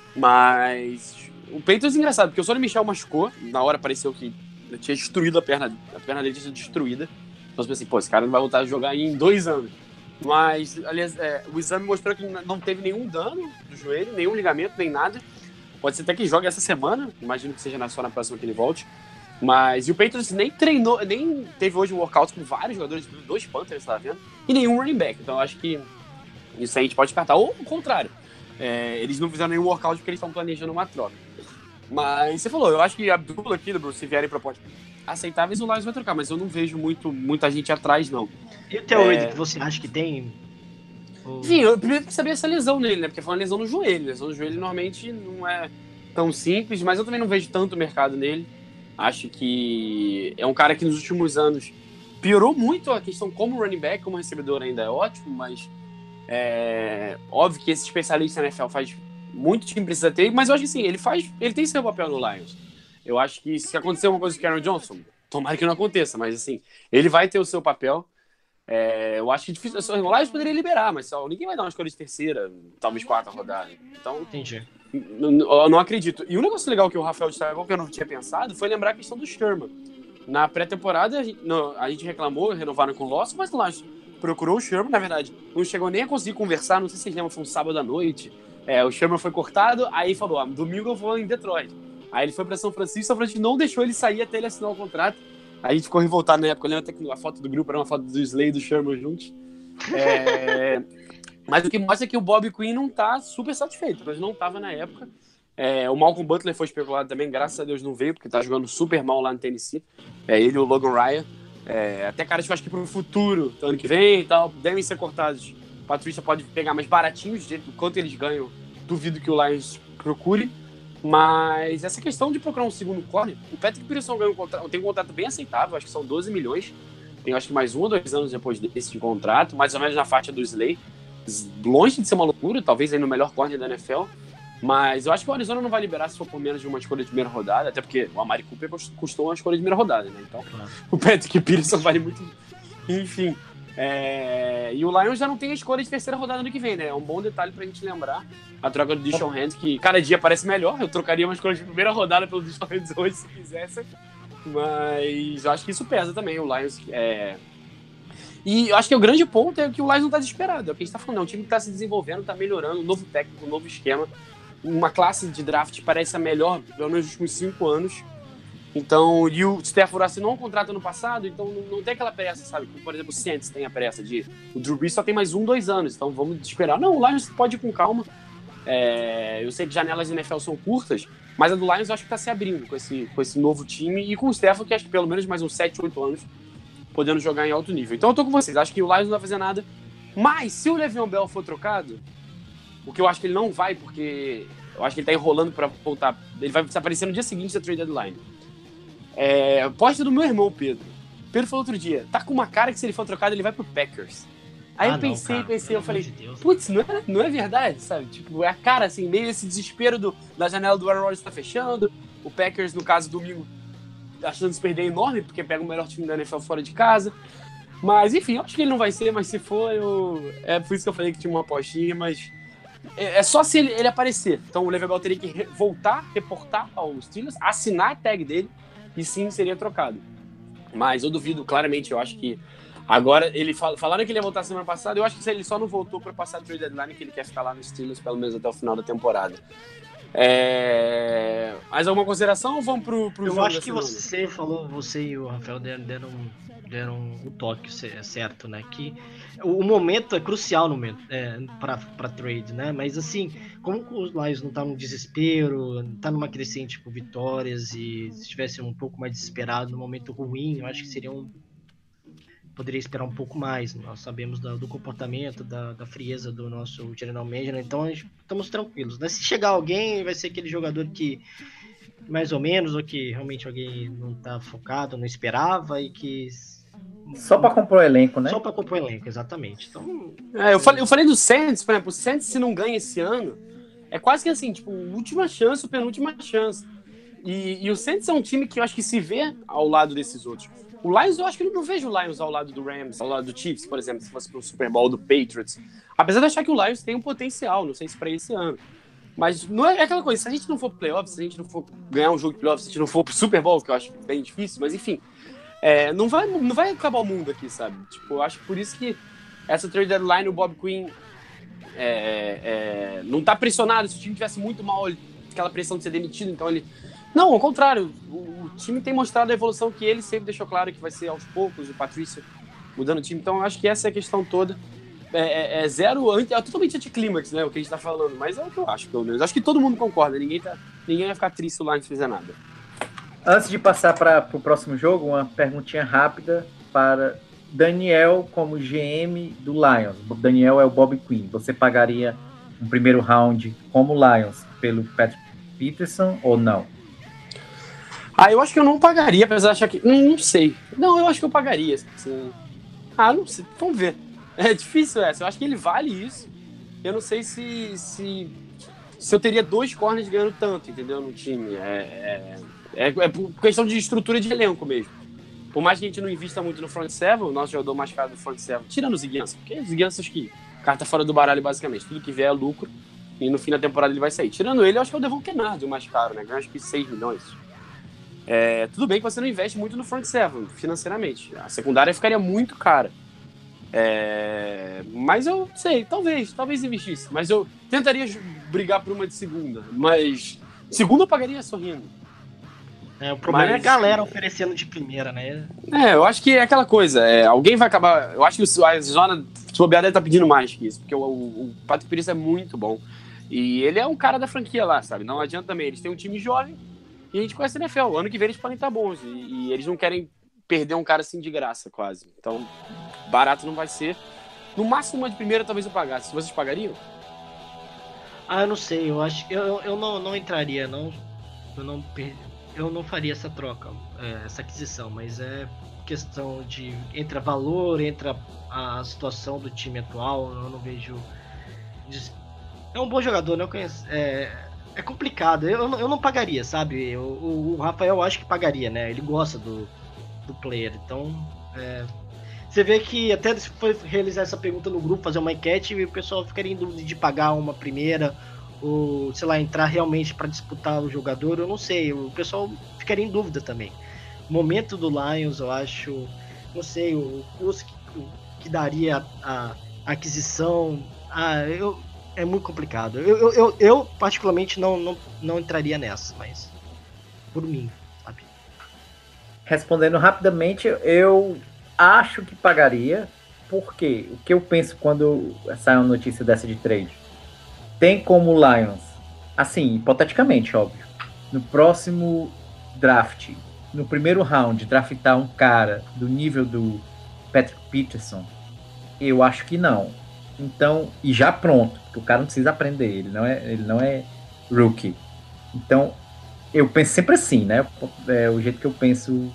Mas o Patriots é engraçado, porque o Sonny Michel machucou, na hora pareceu que tinha destruído a perna dele tinha sido destruída. Então eu pensei, esse cara não vai voltar a jogar em 2 anos. Mas, aliás, o exame mostrou que não teve nenhum dano do joelho, nenhum ligamento, nem nada. Pode ser até que jogue essa semana, imagino que seja só na próxima que ele volte. Mas, e o Patriots nem treinou, nem teve hoje um workout com vários jogadores, 2 Panthers, tá vendo? E nenhum running back. Então, eu acho que isso aí a gente pode descartar. Ou, o contrário, eles não fizeram nenhum workout porque eles estão planejando uma troca. Mas, você falou, eu acho que Abdullah aqui, se vierem propostas aceitáveis, o Lions vai trocar. Mas eu não vejo muita gente atrás, não. E o Theo Reid, que você acha que tem? Enfim, eu primeiro que saber essa lesão nele, né? Porque foi uma lesão no joelho. Lesão no joelho normalmente não é tão simples, mas eu também não vejo tanto mercado nele. Acho que é um cara que nos últimos anos piorou muito a questão como running back, como recebedor ainda é ótimo, mas óbvio que esse especialista na NFL faz muito time precisa ter, mas eu acho que sim, ele tem seu papel no Lions. Eu acho que se acontecer uma coisa com o Aaron Johnson, tomara que não aconteça, mas assim, ele vai ter o seu papel. Eu acho que difícil. O Lions poderia liberar, mas ninguém vai dar uma escolha de terceira, talvez quarta rodada. Então, Entendi. eu não acredito. E um negócio legal que o Rafael destacou, que eu não tinha pensado, foi lembrar a questão do Sherman. Na pré-temporada, a gente reclamou, renovaram com o Loss, mas o Lions procurou o Sherman, na verdade. Não chegou nem a conseguir conversar, não sei se vocês lembram, foi um sábado à noite. O Sherman foi cortado, aí falou, domingo eu vou em Detroit. Aí ele foi para São Francisco, São Francisco não deixou ele sair até ele assinar o contrato. Aí a gente ficou revoltado na época, eu lembro até que a foto do grupo era uma foto do Slay e do Sherman juntos. Mas o que mostra é que o Bob Quinn não tá super satisfeito, mas não tava na época. O Malcolm Butler foi especulado também, graças a Deus não veio, porque tá jogando super mal lá no Tennessee. Ele e o Logan Ryan. Até caras que eu acho que pro futuro, ano que vem e tal, devem ser cortados. O Patrícia pode pegar mais baratinhos, do quanto eles ganham, duvido que o Lions procure. Mas essa questão de procurar um segundo corner, o Patrick Peterson tem um contrato bem aceitável, acho que são 12 milhões. Tem acho que mais 1 ou 2 anos depois desse de contrato, mais ou menos na faixa do Slay. Longe de ser uma loucura, talvez aí no melhor corner da NFL. Mas eu acho que o Arizona não vai liberar se for por menos de uma escolha de primeira rodada, até porque o Amari Cooper custou uma escolha de primeira rodada, né? Então, o Patrick Peterson vale muito. Enfim. E o Lions já não tem a escolha de terceira rodada no que vem, né? É um bom detalhe pra gente lembrar. A troca do Deshaun Hand, que cada dia parece melhor. Eu trocaria uma escolha de primeira rodada pelo Deshaun Hand hoje, se quisesse. Mas eu acho que isso pesa também. O Lions. E eu acho que o grande ponto é que o Lions não tá desesperado. É o que a gente tá falando. É um time que tá se desenvolvendo, tá melhorando, um novo técnico, um novo esquema. Uma classe de draft parece a melhor, pelo menos nos últimos 5 anos. Então, e o Stafford assinou um contrato ano passado, então não tem aquela pressa, sabe? Como, por exemplo, o Saints tem a pressa o Drew Brees só tem mais 1, 2 anos, então vamos esperar. Não, o Lions pode ir com calma. Eu sei que janelas de NFL são curtas, mas a do Lions eu acho que tá se abrindo com esse novo time e com o Stafford, que acho que pelo menos mais uns 7, 8 anos, podendo jogar em alto nível. Então eu tô com vocês, acho que o Lions não vai fazer nada. Mas se o Le'Veon Bell for trocado, o que eu acho que ele não vai, porque eu acho que ele tá enrolando pra voltar, ele vai desaparecer no dia seguinte da trade deadline. Posta do meu irmão, Pedro. Pedro falou outro dia, tá com uma cara que se ele for trocado, ele vai pro Packers. Aí eu pensei, eu falei, putz, não é verdade, sabe? Tipo, é a cara, assim, meio esse desespero da janela do Aaron Rodgers tá fechando, o Packers, no caso, domingo, a chance de se perder é enorme, porque pega o melhor time da NFL fora de casa. Mas, enfim, eu acho que ele não vai ser, mas se for, é por isso que eu falei que tinha uma apostinha, mas é só se ele aparecer. Então o Le'Veon Bell teria que reportar ao Steelers, assinar a tag dele, e sim seria trocado. Mas eu duvido, claramente, eu acho que agora, falaram que ele ia voltar semana passada, eu acho que ele só não voltou para passar a trade deadline, que ele quer ficar lá no Steelers pelo menos até o final da temporada. Mais alguma consideração ou vamos pro eu jogo? Eu acho que você e o Rafael deram o toque certo, né? Que o momento é crucial no momento para trade, né? Mas assim, como os Lions não tá no desespero, tá numa crescente com vitórias, e se estivesse um pouco mais desesperado no momento ruim, eu acho que poderia esperar um pouco mais. Nós sabemos do comportamento, da frieza do nosso general manager, então estamos tranquilos, né? Se chegar alguém, vai ser aquele jogador que mais ou menos, ou que realmente alguém não tá focado, não esperava, e que só para compor o elenco, né? Só para compor o elenco, exatamente. Então, eu falei do Saints, por exemplo, o Saints, se não ganha esse ano, é quase que assim, tipo, última chance ou penúltima chance. E o Saints é um time que eu acho que se vê ao lado desses outros. O Lions, eu acho que eu não vejo o Lions ao lado do Rams, ao lado do Chiefs, por exemplo, se fosse pro Super Bowl do Patriots. Apesar de achar que o Lions tem um potencial, não sei se para esse ano. Mas não é aquela coisa, se a gente não for pro playoffs, se a gente não for ganhar um jogo de playoffs, se a gente não for pro Super Bowl, que eu acho bem difícil, mas enfim, não vai acabar o mundo aqui, sabe? Tipo, eu acho que por isso que essa trade deadline, o Bob Quinn não tá pressionado. Se o time tivesse muito mal, aquela pressão de ser demitido, então ele... Não, ao contrário, o time tem mostrado a evolução que ele sempre deixou claro que vai ser aos poucos, o Patrícia mudando o time, então eu acho que essa é a questão toda. É totalmente anticlímax, né, o que a gente tá falando, mas é o que eu acho, pelo menos. Acho que todo mundo concorda, ninguém vai ficar triste se o Lions fizer nada. Antes de passar para o próximo jogo, uma perguntinha rápida para Daniel como GM do Lions. Daniel é o Bob Quinn. Você pagaria um primeiro round como Lions pelo Patrick Peterson ou não? Eu acho que eu não pagaria, apesar de achar que... Não sei. Não, eu acho que eu pagaria. Assim. Não sei. Vamos ver. É difícil essa. Eu acho que ele vale isso. Eu não sei se eu teria 2 corners ganhando tanto, entendeu? No time. É por questão de estrutura de elenco mesmo. por mais que a gente não invista muito no front seven, o nosso jogador mais caro do front seven, tirando os Ziguiança, porque os Ziguiança acho que carta fora do baralho basicamente, tudo que vier é lucro, e no fim da temporada ele vai sair. Tirando ele, eu acho que é o Devon Kennard o mais caro, né? Ganha acho que 6 milhões. Tudo bem que você não investe muito no front seven, financeiramente. A secundária ficaria muito cara. Mas eu sei, talvez investisse. Mas eu tentaria brigar por uma de segunda. Mas segunda eu pagaria sorrindo. O problema é a galera oferecendo de primeira, né? Eu acho que é aquela coisa. Alguém vai acabar. Eu acho que a Arizona, se bobear, deve estar pedindo mais que isso. Porque o Patrick Peterson é muito bom. E ele é um cara da franquia lá, sabe? Não adianta também. Eles têm um time jovem e a gente conhece a NFL. Ano que vem eles podem estar bons. E eles não querem perder um cara assim de graça, quase. Então, barato não vai ser. No máximo, uma de primeira talvez eu pagasse. Vocês pagariam? Eu não sei. Eu acho que eu não entraria. Eu não faria essa troca, essa aquisição. Mas é questão de... Entra valor, entra a situação do time atual. Eu não vejo... É um bom jogador, né? Eu conheço. É complicado. Eu não pagaria, sabe? O Rafael eu acho que pagaria, né? Ele gosta do player. Então, você vê que até se for realizar essa pergunta no grupo, fazer uma enquete, o pessoal ficaria em dúvida de pagar uma primeira, ou, sei lá, entrar realmente para disputar o jogador. Eu não sei. O pessoal ficaria em dúvida também. O momento do Lions, eu acho, não sei, o custo que daria a aquisição. É muito complicado. Eu particularmente não entraria nessa, mas por mim, sabe? Respondendo rapidamente, eu acho que pagaria, porque o que eu penso quando sai uma notícia dessa de trade? Tem como o Lions, assim, hipoteticamente, óbvio, no próximo draft, no primeiro round, draftar um cara do nível do Patrick Peterson? Eu acho que não. Então, e já pronto, porque o cara não precisa aprender, ele não é rookie. Então, eu penso sempre assim, né? O jeito que eu penso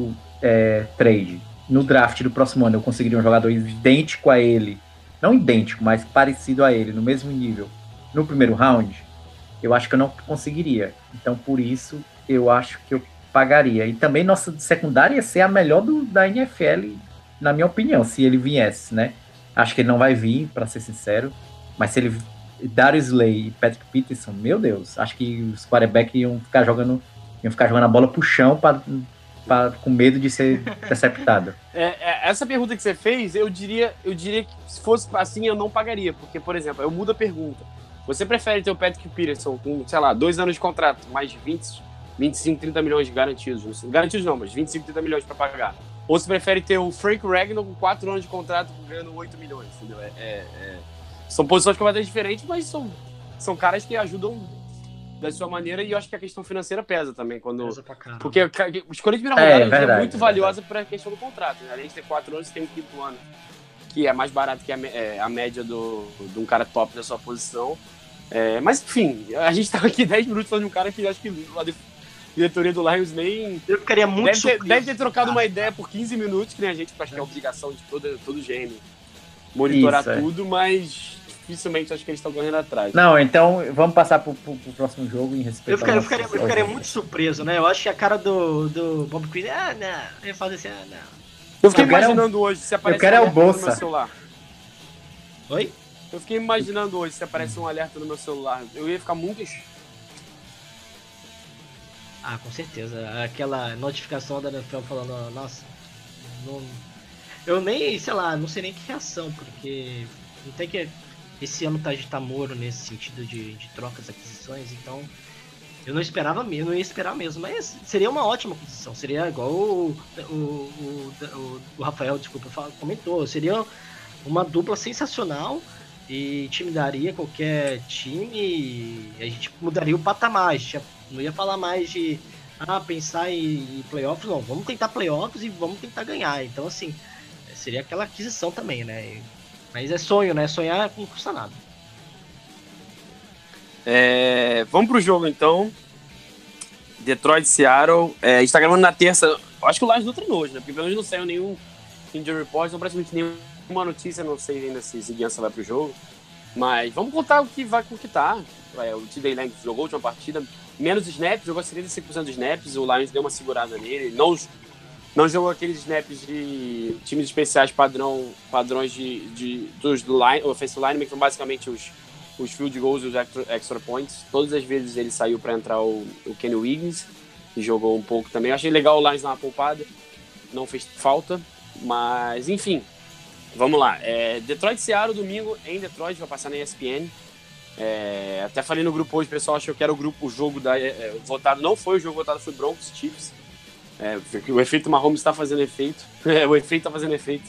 trade. No draft do próximo ano, eu conseguiria um jogador idêntico a ele, não idêntico, mas parecido a ele, no mesmo nível, no primeiro round, eu acho que eu não conseguiria. Então, por isso, eu acho que eu pagaria. E também nossa secundária ia ser a melhor da NFL, na minha opinião, se ele viesse, né? Acho que ele não vai vir, para ser sincero. Mas se ele... Darius Slay e Patrick Peterson, meu Deus, acho que os quarterbacks iam ficar jogando a bola pro chão com medo de ser interceptado. Essa pergunta que você fez, eu diria que se fosse assim, eu não pagaria. Porque, por exemplo, eu mudo a pergunta. Você prefere ter o Patrick Peterson com, sei lá, 2 anos de contrato, mais de 20, 25, 30 milhões garantidos. Garantidos não, mas 25, 30 milhões para pagar. Ou você prefere ter o Frank Ragnow com 4 anos de contrato ganhando 8 milhões, entendeu? São posições completamente diferentes, mas são caras que ajudam da sua maneira, e eu acho que a questão financeira pesa também. Pesa pra caramba. Porque escolha de primeira rodada verdade, é muito valiosa para a questão do contrato, né? Além de ter 4 anos, você tem um 5º ano, que é mais barato que a média de um cara top da sua posição. Mas, enfim, a gente tá aqui 10 minutos falando de um cara que acho que a diretoria do Lions nem... Eu ficaria muito surpreso. Deve ter trocado uma ideia por 15 minutos, que nem a gente, porque acho que é a obrigação de todo gênio monitorar tudo, mas dificilmente acho que eles estão correndo atrás. Não, então vamos passar pro próximo jogo em respeito Eu ficaria muito surpreso, né? Eu acho que a cara do Bob Quinn, não, ele faz assim, não. Eu fiquei imaginando hoje se aparece um alerta Bolsa no meu celular. Oi? Eu fiquei imaginando hoje se aparece um alerta no meu celular. Eu ia ficar muito... Com certeza. Aquela notificação da NFL falando, nossa, eu nem, sei lá, não sei nem que reação, porque não tem que... Esse ano tá morno nesse sentido de trocas, aquisições, então eu não ia esperar mesmo, mas seria uma ótima aquisição, seria igual o Rafael, comentou, seria uma dupla sensacional e intimidaria qualquer time, e a gente mudaria o patamar, a gente não ia falar mais de pensar em playoffs, não, vamos tentar playoffs e vamos tentar ganhar, então assim, seria aquela aquisição também, né? Mas é sonho, né? Sonhar não custa nada. Vamos pro jogo, então. Detroit, Seattle. A gente tá gravando na terça. Eu acho que o Lions não treinou hoje, né? Porque pelo menos não saiu nenhum injury report, não praticamente nenhuma notícia. Não sei ainda se Ziguiança vai pro jogo. Mas vamos contar o que vai conquistar. O TJ Lang jogou a última partida. Menos snaps, jogou 75% dos snaps. O Lions deu uma segurada nele. Não jogou aqueles snaps de times especiais padrões dos do line, offensive linemen, que são basicamente os field goals e os extra points. Todas as vezes ele saiu para entrar o Kenny Wiggins, que jogou um pouco também. Eu achei legal o Lions dar uma poupada, não fez falta, mas enfim, vamos lá. Detroit e Seattle, domingo em Detroit, vai passar na ESPN. Até falei no grupo hoje, o pessoal achou que era o jogo votado. Não foi o jogo votado, foi Broncos Chiefs. O efeito Mahomes está fazendo efeito. O efeito está fazendo efeito.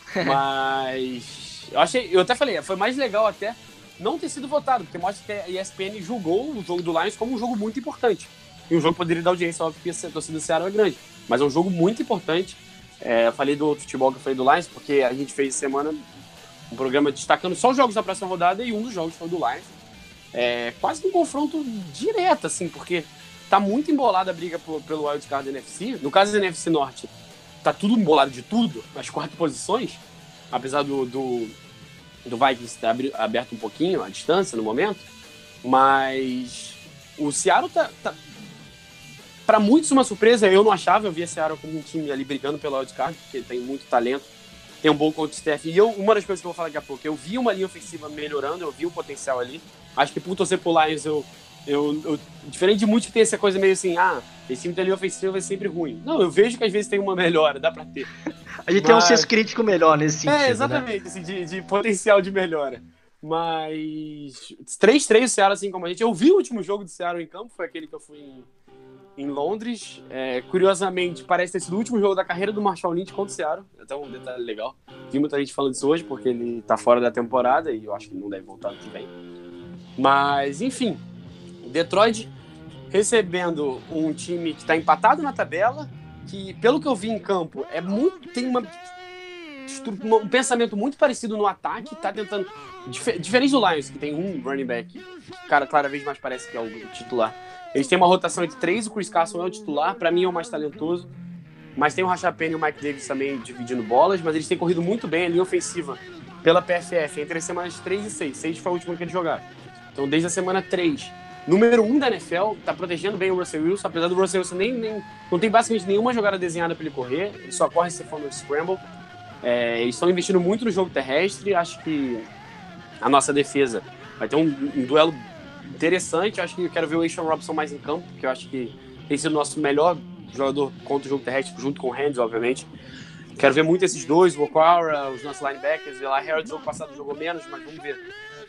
Mas eu até falei, foi mais legal até não ter sido votado, porque mostra que a ESPN julgou o jogo do Lions como um jogo muito importante. E um jogo que poderia dar audiência, óbvio que a torcida do Seattle é grande. Mas é um jogo muito importante. Eu falei do outro futebol que eu falei do Lions, porque a gente fez semana um programa destacando só os jogos da próxima rodada, e um dos jogos foi do Lions. Quase um confronto direto, assim, porque tá muito embolada a briga pelo wildcard da NFC. No caso da NFC Norte, tá tudo embolado de tudo, as 4 posições, apesar do Vikings ter aberto um pouquinho a distância no momento. Mas o Seattle tá para muitos uma surpresa. Eu não achava, eu via Seattle como um time ali brigando pelo wildcard, porque tem muito talento, tem um bom coach staff. E uma das coisas que eu vou falar daqui a pouco, eu vi uma linha ofensiva melhorando, eu vi o potencial ali. Acho que por torcer pro Lions, eu diferente de muitos que tem essa coisa meio assim, esse time da linha ofensiva é sempre ruim. Não, eu vejo que às vezes tem uma melhora, dá pra ter. A gente tem um senso crítico melhor nesse sentido, exatamente, né? Assim, de potencial de melhora. Mas 3-3 o Seattle, assim como a gente. Eu vi o último jogo do Seattle em campo, foi aquele que eu fui em Londres. Curiosamente, parece ter sido o último jogo da carreira do Marshall Lynch contra o Seattle. Até um detalhe legal. Vi muita gente falando disso hoje, porque ele tá fora da temporada e eu acho que não deve voltar ano que vem. Mas, enfim, Detroit recebendo um time que está empatado na tabela, que, pelo que eu vi em campo, tem um pensamento muito parecido no ataque, tá tentando, diferente do Lions, que tem um running back, que, cara, cada vez mais parece que é o titular. Eles têm uma rotação entre 3, o Chris Carson é o titular, para mim é o mais talentoso, mas tem o Rashad Penny e o Mike Davis também dividindo bolas, mas eles têm corrido muito bem a linha ofensiva pela PFF, entre as semanas 3 e 6. 6 foi a última que eles jogaram. Então, desde a semana 3, número 1 da NFL, tá protegendo bem o Russell Wilson, apesar do Russell Wilson não tem basicamente nenhuma jogada desenhada para ele correr, ele só corre se for no scramble. Eles estão investindo muito no jogo terrestre, acho que a nossa defesa vai ter um duelo interessante. Acho que eu quero ver o Aishan Robinson mais em campo, porque eu acho que tem sido o nosso melhor jogador contra o jogo terrestre, junto com o Hands, obviamente. Quero ver muito esses dois, o Okwara, os nossos linebackers. O Eli Harold, jogo passado jogou menos, mas vamos ver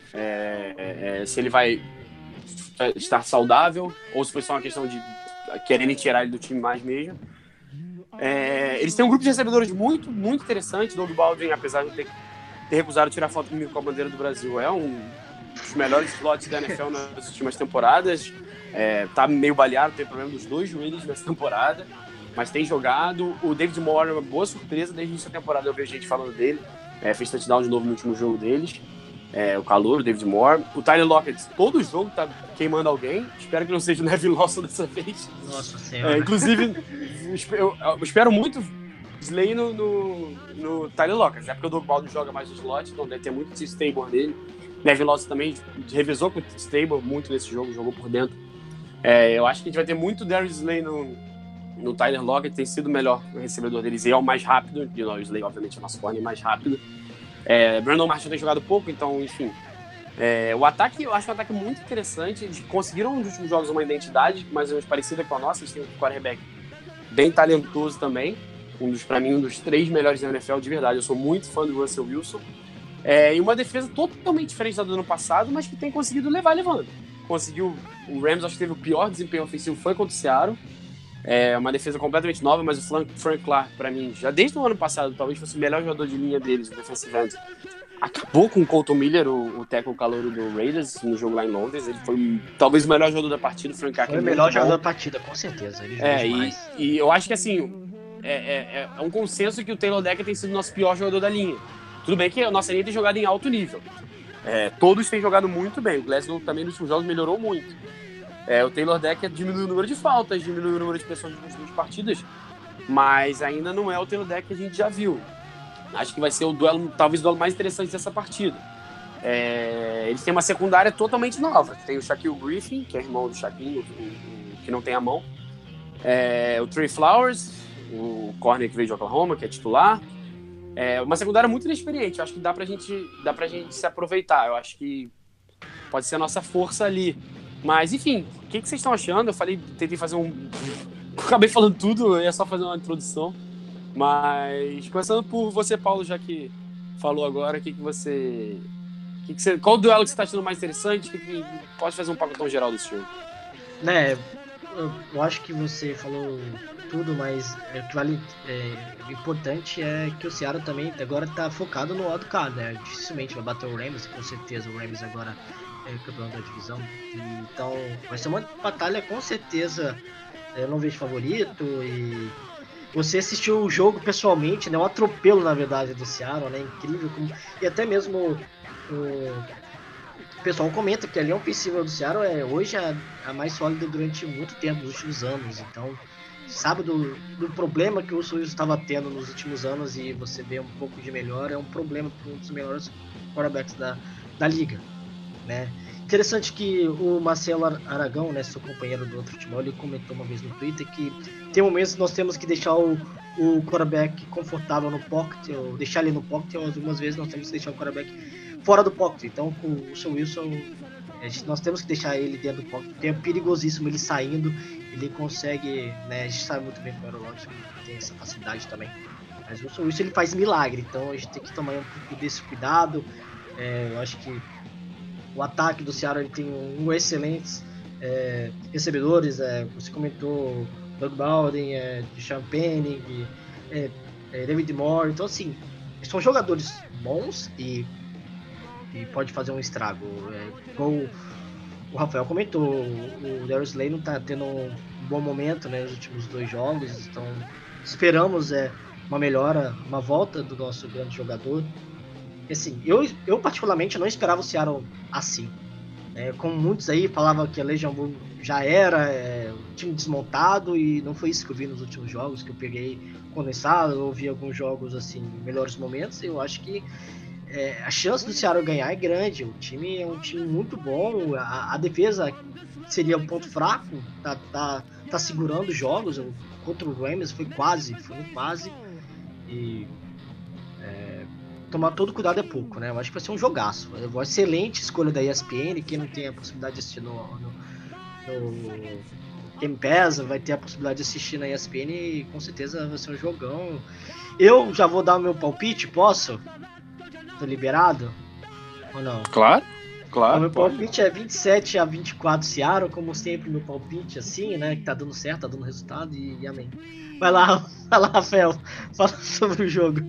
se ele vai estar saudável ou se foi só uma questão de querendo tirar ele do time mais mesmo. Eles têm um grupo de recebedores muito, muito interessante. Doug Baldwin, apesar de ter recusado tirar foto comigo com a bandeira do Brasil, é um dos melhores slots da NFL nas últimas temporadas. Tá meio baleado, tem problema dos 2 joelhos nessa temporada, mas tem jogado. O David Moore é uma boa surpresa desde o início da temporada, eu vejo gente falando dele. Fez touchdown de novo no último jogo deles. O calouro, o David Moore. O Tyler Lockett, todo jogo tá queimando alguém. Espero que não seja o Nevin Lawson dessa vez. Nossa Senhora. Inclusive, eu espero muito Slay no Tyler Lockett, porque o Doug Baldwin joga mais no slot, então deve ter muito de Stable nele. Nevin Lawson também revezou com o Stable muito nesse jogo, jogou por dentro. Eu acho que a gente vai ter muito Darius Slay no Tyler Lockett, tem sido o melhor recebedor deles e é o mais rápido. E o Slay, obviamente, é o nosso corner mais rápido. Brandon Marshall tem jogado pouco, então, enfim. O ataque, eu acho um ataque muito interessante. Eles conseguiram nos últimos jogos uma identidade mais ou menos parecida com a nossa. Eles têm um quarterback bem talentoso também. Pra mim, um dos 3 melhores da NFL de verdade. Eu sou muito fã do Russell Wilson. E uma defesa totalmente diferente da do ano passado, mas que tem conseguido levando. Conseguiu. O Rams, acho que teve o pior desempenho ofensivo, foi contra o Seattle. Uma defesa completamente nova, mas o Frank Clark, pra mim, já desde o ano passado, talvez fosse o melhor jogador de linha deles, o defensive end. Acabou com o Colton Miller, o tackle calouro do Raiders, no jogo lá em Londres. Ele foi talvez o melhor jogador da partida. O Frank Clark foi o melhor jogador da partida, com certeza. Ele e eu acho que assim, é um consenso que o Taylor Decker tem sido o nosso pior jogador da linha. Tudo bem que a nossa linha tem jogado em alto nível. Todos têm jogado muito bem. O Glasgow também nos últimos jogos melhorou muito. O Taylor Decker diminuiu o número de faltas, diminuiu o número de pressões nas 2 partidas, mas ainda não é o Taylor Decker que a gente já viu. Acho que vai ser talvez o duelo mais interessante dessa partida. Eles têm uma secundária totalmente nova. Tem o Shaquille Griffin, que é irmão do Shaquille, que não tem a mão. O Trey Flowers, o corner que veio de Oklahoma, que é titular. Uma secundária muito inexperiente. Eu acho que dá pra gente se aproveitar. Eu acho que pode ser a nossa força ali. Mas, enfim, o que vocês estão achando? Eu tentei fazer acabei falando tudo, eu ia só fazer uma introdução. Mas, começando por você, Paulo, já que falou agora, qual duelo que você está achando mais interessante? Pode fazer um pacotão geral desse jogo. Eu acho que você falou tudo, mas o que vale importante é que o Seattle também agora está focado no wildcard, né? Dificilmente vai bater o Rams, com certeza o Rams agora é campeão da divisão. Então vai ser uma batalha, com certeza. Eu não vejo favorito. E você assistiu o jogo pessoalmente, né? Um atropelo, na verdade, do Seattle, né? Incrível. E até mesmo o pessoal comenta que a linha ofensiva do Seattle hoje a mais sólida durante muito tempo, nos últimos anos. Então, sabe do problema que o Russell Wilson estava tendo nos últimos anos, e você vê um pouco de melhora, é um problema para um dos melhores quarterbacks da liga, né? Interessante que o Marcelo Aragão, né, seu companheiro do outro time, ele comentou uma vez no Twitter que tem momentos que nós temos que deixar o quarterback confortável no pocket, ou deixar ele no pocket, ou algumas vezes nós temos que deixar o quarterback fora do pocket. Então, com o Russell Wilson, nós temos que deixar ele dentro do pocket, porque é perigosíssimo ele saindo, ele consegue, né, a gente sabe muito bem que o Aaron Rodgers tem essa facilidade também, mas o Russell Wilson ele faz milagre, então a gente tem que tomar um pouco desse cuidado. Eu acho que o ataque do Seattle ele tem excelentes recebedores, você comentou Doug Baldwin, Deshaun Penning, David Moore, então assim, são jogadores bons e pode fazer um estrago. Como o Rafael comentou, o Darius Slay não está tendo um bom momento, né, nos últimos 2 jogos, então esperamos uma melhora, uma volta do nosso grande jogador. Assim, eu particularmente não esperava o Seattle assim. Como muitos aí falavam que a Legion Boom já era um time desmontado, e não foi isso que eu vi nos últimos jogos, que eu peguei condensado, eu vi alguns jogos assim, melhores momentos. Eu acho que a chance do Seattle ganhar é grande. O time é um time muito bom, a defesa seria um ponto fraco, tá segurando jogos. Contra o Rams foi quase, e tomar todo cuidado é pouco, né? Eu acho que vai ser um jogaço. Uma excelente escolha da ESPN. Quem não tem a possibilidade de assistir no Game Pass vai ter a possibilidade de assistir na ESPN, e com certeza vai ser um jogão. Eu já vou dar o meu palpite, posso? Tô liberado? Ou não? Claro. O meu palpite é 27-24 Seattle, como sempre, meu palpite, assim, né? Que tá dando certo, tá dando resultado, e amém. Vai lá, Rafael, fala sobre o jogo.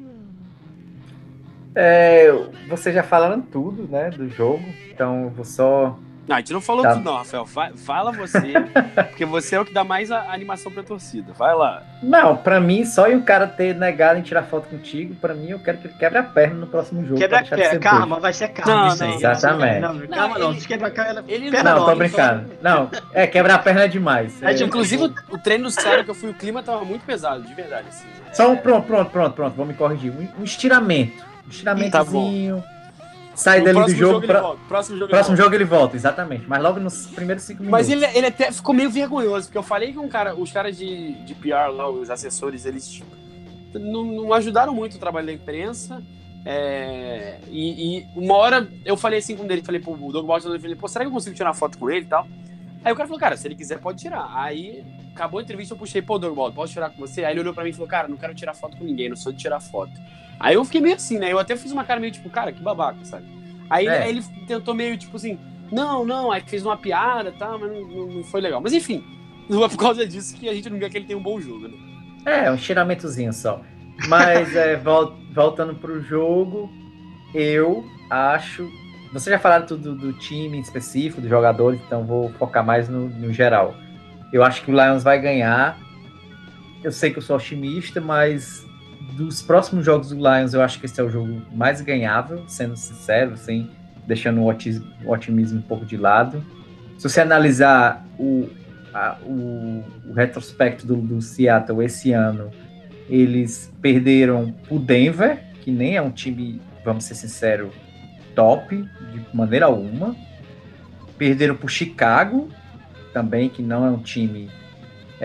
Vocês já falaram tudo, né, do jogo, então eu vou só... Não, a gente não falou tudo não, Rafael. Fala você, porque você é o que dá mais a animação pra torcida. Vai lá. Não, pra mim, só o cara ter negado em tirar foto contigo, pra mim, eu quero que ele quebre a perna no próximo jogo. Quebra a perna, calma, vai ser calma isso aí. Exatamente. Calma não, se quebra a perna... Não, tô brincando. Não, quebrar a perna é demais. Inclusive, o treino sério que eu fui, o clima tava muito pesado, de verdade. Assim. Só pronto, vou me corrigir. Um estiramento. Um estiramentozinho. Tá, sai dali do jogo. Próximo jogo ele volta, exatamente. Mas logo nos primeiros 5 minutos. Mas ele até ficou meio vergonhoso, porque eu falei que os caras de PR lá, os assessores, eles não ajudaram muito o trabalho da imprensa. E uma hora eu falei assim com ele, falei, pô, o Doug Baldwin, eu falei, pô, será que eu consigo tirar uma foto com ele e tal? Aí o cara falou, cara, se ele quiser, pode tirar. Aí acabou a entrevista, eu puxei, pô, Doug Baldwin, posso tirar com você? Aí ele olhou pra mim e falou, cara, não quero tirar foto com ninguém, não sou de tirar foto. Aí eu fiquei meio assim, né? Eu até fiz uma cara meio tipo, cara, que babaca, sabe? Aí ele tentou meio tipo assim, não, aí fez uma piada, tá, mas não foi legal. Mas enfim, não é por causa disso que a gente não quer que ele tenha um bom jogo, né? Um estiramentozinho só. Mas voltando pro jogo, eu acho... Vocês já falaram tudo do time em específico, dos jogadores, então vou focar mais no geral. Eu acho que o Lions vai ganhar. Eu sei que eu sou otimista, mas dos próximos jogos do Lions, eu acho que esse é o jogo mais ganhável, sendo sincero, assim, deixando o otimismo um pouco de lado. Se você analisar o retrospecto do Seattle esse ano, eles perderam pro Denver, que nem é um time, vamos ser sinceros, top, de maneira alguma. Perderam pro Chicago, também, que não é um time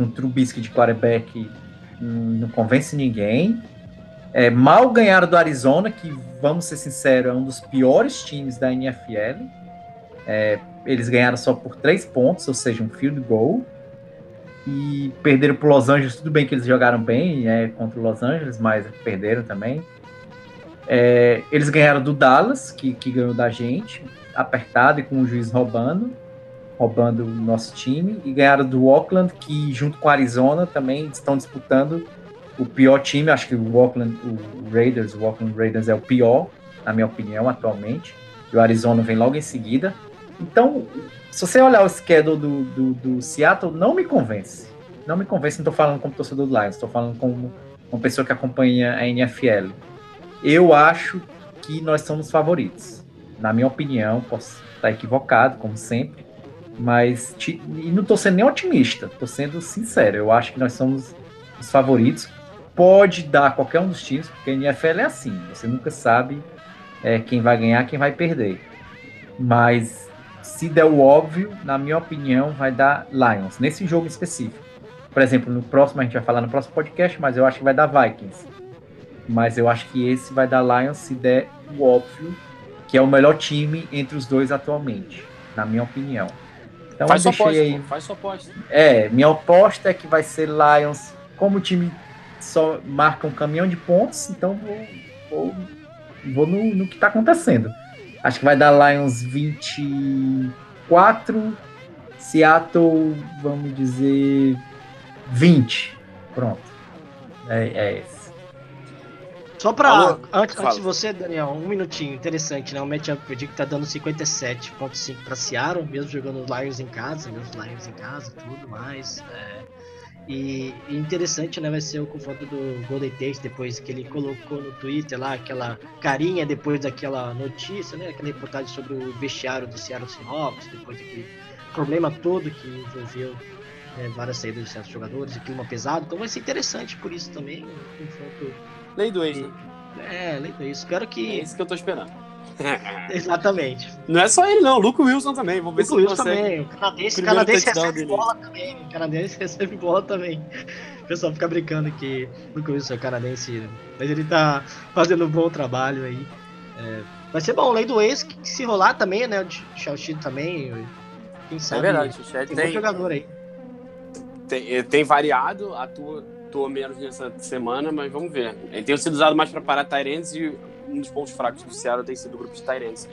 com o Trubisky de quarterback não convence ninguém. Mal ganharam do Arizona, que, vamos ser sinceros, é um dos piores times da NFL. Eles ganharam só por 3 pontos, ou seja, um field goal. E perderam para Los Angeles. Tudo bem que eles jogaram bem contra o Los Angeles, mas perderam também. Eles ganharam do Dallas, que ganhou da gente, apertado e com o juiz roubando o nosso time. E ganharam do Oakland, que junto com o Arizona também estão disputando o pior time. Acho que o Oakland Raiders é o pior, na minha opinião, atualmente. E o Arizona vem logo em seguida. Então, se você olhar o schedule do Seattle, não me convence. Não me convence, não estou falando como torcedor do Lions, estou falando como uma pessoa que acompanha a NFL. Eu acho que nós somos favoritos. Na minha opinião, posso estar equivocado, como sempre, mas e não estou sendo nem otimista, estou sendo sincero. Eu acho que nós somos os favoritos. Pode dar qualquer um dos times, porque a NFL é assim, você nunca sabe quem vai ganhar, quem vai perder. Mas se der o óbvio, na minha opinião, vai dar Lions, nesse jogo específico. Por exemplo, no próximo, a gente vai falar no próximo podcast, mas eu acho que vai dar Vikings. Mas eu acho que esse vai dar Lions se der o óbvio, que é o melhor time entre os dois atualmente, na minha opinião. Então faz eu sua aposta, aí. Faz sua aposta. Minha aposta é que vai ser Lions, como o time só marca um caminhão de pontos, então vou no que está acontecendo. Acho que vai dar Lions 24, Seattle, vamos dizer, 20. Pronto. É esse. Só pra. Antes Fala. de você, Daniel, um minutinho. Interessante, né? O matchup predict tá dando 57,5 pra Seattle, mesmo jogando os Lions em casa, tudo mais. E interessante, né? Vai ser o confronto do Golden Tate, depois que ele colocou no Twitter lá aquela carinha depois daquela notícia, né? Aquela reportagem sobre o vestiário do Seattle Seahawks, depois daquele problema todo que envolveu várias saídas de certos jogadores, e clima pesado. Então vai ser interessante por isso também, um confronto. Lei do ex, né? Lei do ex. Espero que. É isso que eu tô esperando. Exatamente. Não é só ele, não. O Luke Wilson também. Vamos ver se ele Wilson consegue. também. O canadense recebe bola também. O canadense recebe bola também. O pessoal fica brincando que o Luke Wilson é canadense, mas ele tá fazendo um bom trabalho aí. Vai ser bom. Lei do ex, que se rolar também, né? O Chelsea também. Quem sabe. É verdade. O Chelsea tem um jogador aí. Tem variado. Atuou menos nessa semana, mas vamos ver. Ele tem sido usado mais para parar Tyrants, e um dos pontos fracos do Seattle tem sido o grupo de Tyrants.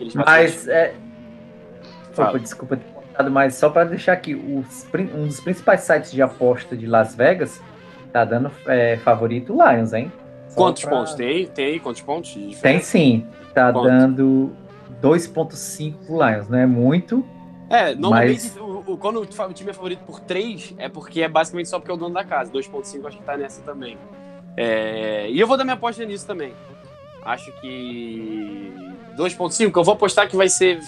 Desculpa ter contado, mas só para deixar aqui, um dos principais sites de aposta de Las Vegas tá dando favorito Lions, hein? Quantos pontos? Tem aí quantos pontos? Tem sim. Tá dando 2,5 pro Lions, não é muito. Normalmente quando o time é favorito por 3, é porque é basicamente só porque é o dono da casa. 2,5 acho que tá nessa também. E eu vou dar minha aposta nisso também. Acho que 2,5, eu vou apostar que vai ser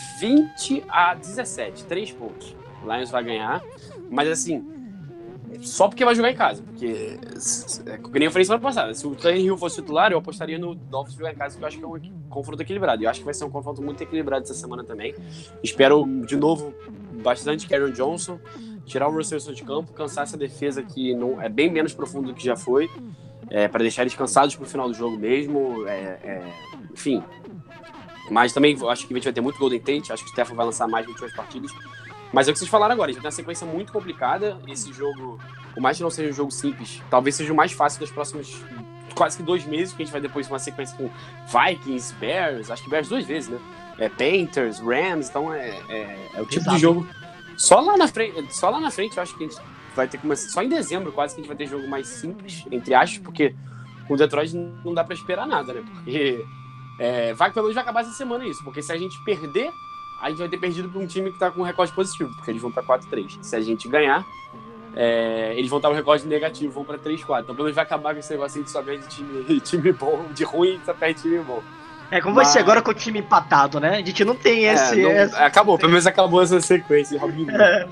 20-17, 3 pontos. O Lions vai ganhar, mas assim, só porque vai jogar em casa. Porque, como nem eu falei semana passada, se o Tannehill fosse titular, eu apostaria no Dolphins jogar em casa, porque eu acho que é um confronto equilibrado. Eu acho que vai ser um confronto muito equilibrado essa semana também. Espero, de novo, bastante Aaron Johnson, tirar o Russell Wilson de campo, cansar essa defesa que não, é bem menos profundo do que já foi, para deixar eles cansados pro final do jogo mesmo. Enfim. Mas também acho que a gente vai ter muito Golden Tate, acho que o Stefan vai lançar mais 28 partidas. Mas é o que vocês falaram agora, a gente vai ter uma sequência muito complicada. Esse jogo, por mais que não seja um jogo simples, talvez seja o mais fácil dos próximos quase que 2 meses, porque a gente vai depois uma sequência com Vikings, Bears, acho que Bears 2 vezes, né? Panthers, Rams, então é o tipo de jogo. Só lá na frente eu acho que a gente vai ter só em dezembro quase que a gente vai ter jogo mais simples, entre aspas, porque com o Detroit não dá pra esperar nada, né? Porque pelo menos vai acabar essa semana isso, porque se a gente perder, a gente vai ter perdido para um time que tá com um recorde positivo, porque eles vão para 4-3. Se a gente ganhar, eles vão estar com um recorde negativo, vão para 3-4. Então pelo menos vai acabar com esse negocinho de só ganhar de time bom, de ruim, só perde time bom. Como vai ser agora com o time empatado, né? A gente não tem acabou, pelo menos acabou essa sequência, Robinho.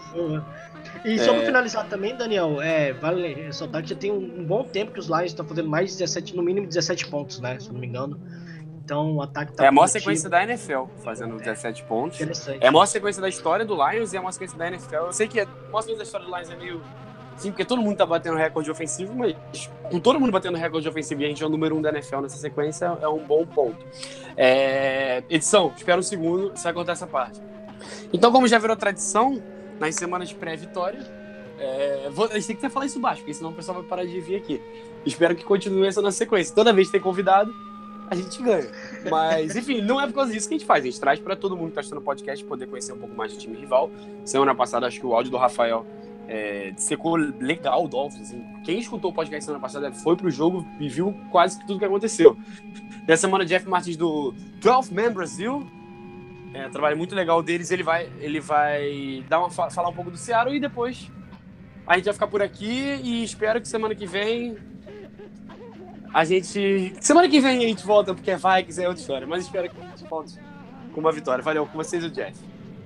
E só pra finalizar também, Daniel, vale ressaltar que já tem um bom tempo que os Lions estão fazendo mais de 17, no mínimo 17 pontos, né? Se eu não me engano. Então o ataque tá a maior sequência da NFL, fazendo 17 pontos. É a maior sequência da história do Lions e é a maior sequência da NFL. Eu sei que a maior sequência da história do Lions é meio Sim, porque todo mundo tá batendo recorde ofensivo, mas com todo mundo batendo recorde ofensivo e a gente é o número 1 da NFL nessa sequência, é um bom ponto. Edição, espera um segundo, você vai contar essa parte. Então, como já virou tradição, nas semanas de pré-vitória, a gente tem que até falar isso baixo, porque senão o pessoal vai parar de vir aqui. Espero que continue essa na sequência. Toda vez que tem convidado, a gente ganha. Mas, enfim, não é por causa disso que a gente faz. A gente traz para todo mundo que está assistindo o podcast poder conhecer um pouco mais do time rival. Semana passada, acho que o áudio do Rafael secou legal o Dolphins. Quem escutou o podcast semana passada foi pro jogo e viu quase tudo que aconteceu. Nessa semana, Jeff Martins do 12 Man Brasil, trabalho muito legal deles. Ele vai falar um pouco do Seattle e depois a gente vai ficar por aqui e espero que semana que vem a gente volta, porque Vikings é outra história, mas espero que a gente volte com uma vitória. Valeu, com vocês o Jeff.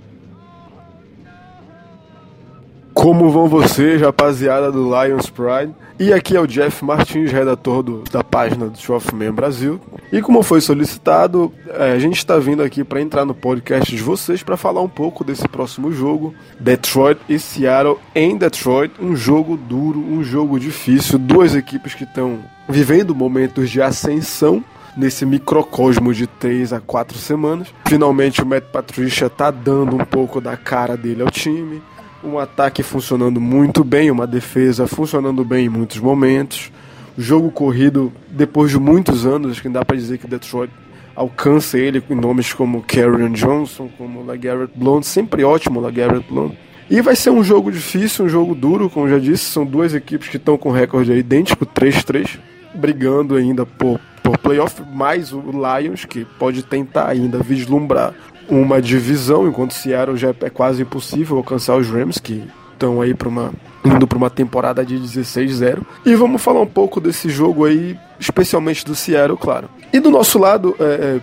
Como vão vocês, rapaziada do Lions Pride? E aqui é o Jeff Martins, redator da página do 12 Man Brasil. E como foi solicitado, a gente está vindo aqui para entrar no podcast de vocês para falar um pouco desse próximo jogo, Detroit e Seattle em Detroit. Um jogo duro, um jogo difícil, duas equipes que estão vivendo momentos de ascensão nesse microcosmo de 3 a 4 semanas. Finalmente o Matt Patricia está dando um pouco da cara dele ao time. Um ataque funcionando muito bem, uma defesa funcionando bem em muitos momentos. Jogo corrido, depois de muitos anos, acho que dá para dizer que Detroit alcança ele com nomes como Kerryon Johnson, como LeGarrette Blount, sempre ótimo LeGarrette Blount. E vai ser um jogo difícil, um jogo duro, como já disse, são duas equipes que estão com recorde aí idêntico, 3-3, brigando ainda por playoff, mais o Lions, que pode tentar ainda vislumbrar uma divisão, enquanto Seattle já é quase impossível alcançar os Rams, que estão aí indo para uma temporada de 16-0. E vamos falar um pouco desse jogo aí, especialmente do Seattle, claro. E do nosso lado,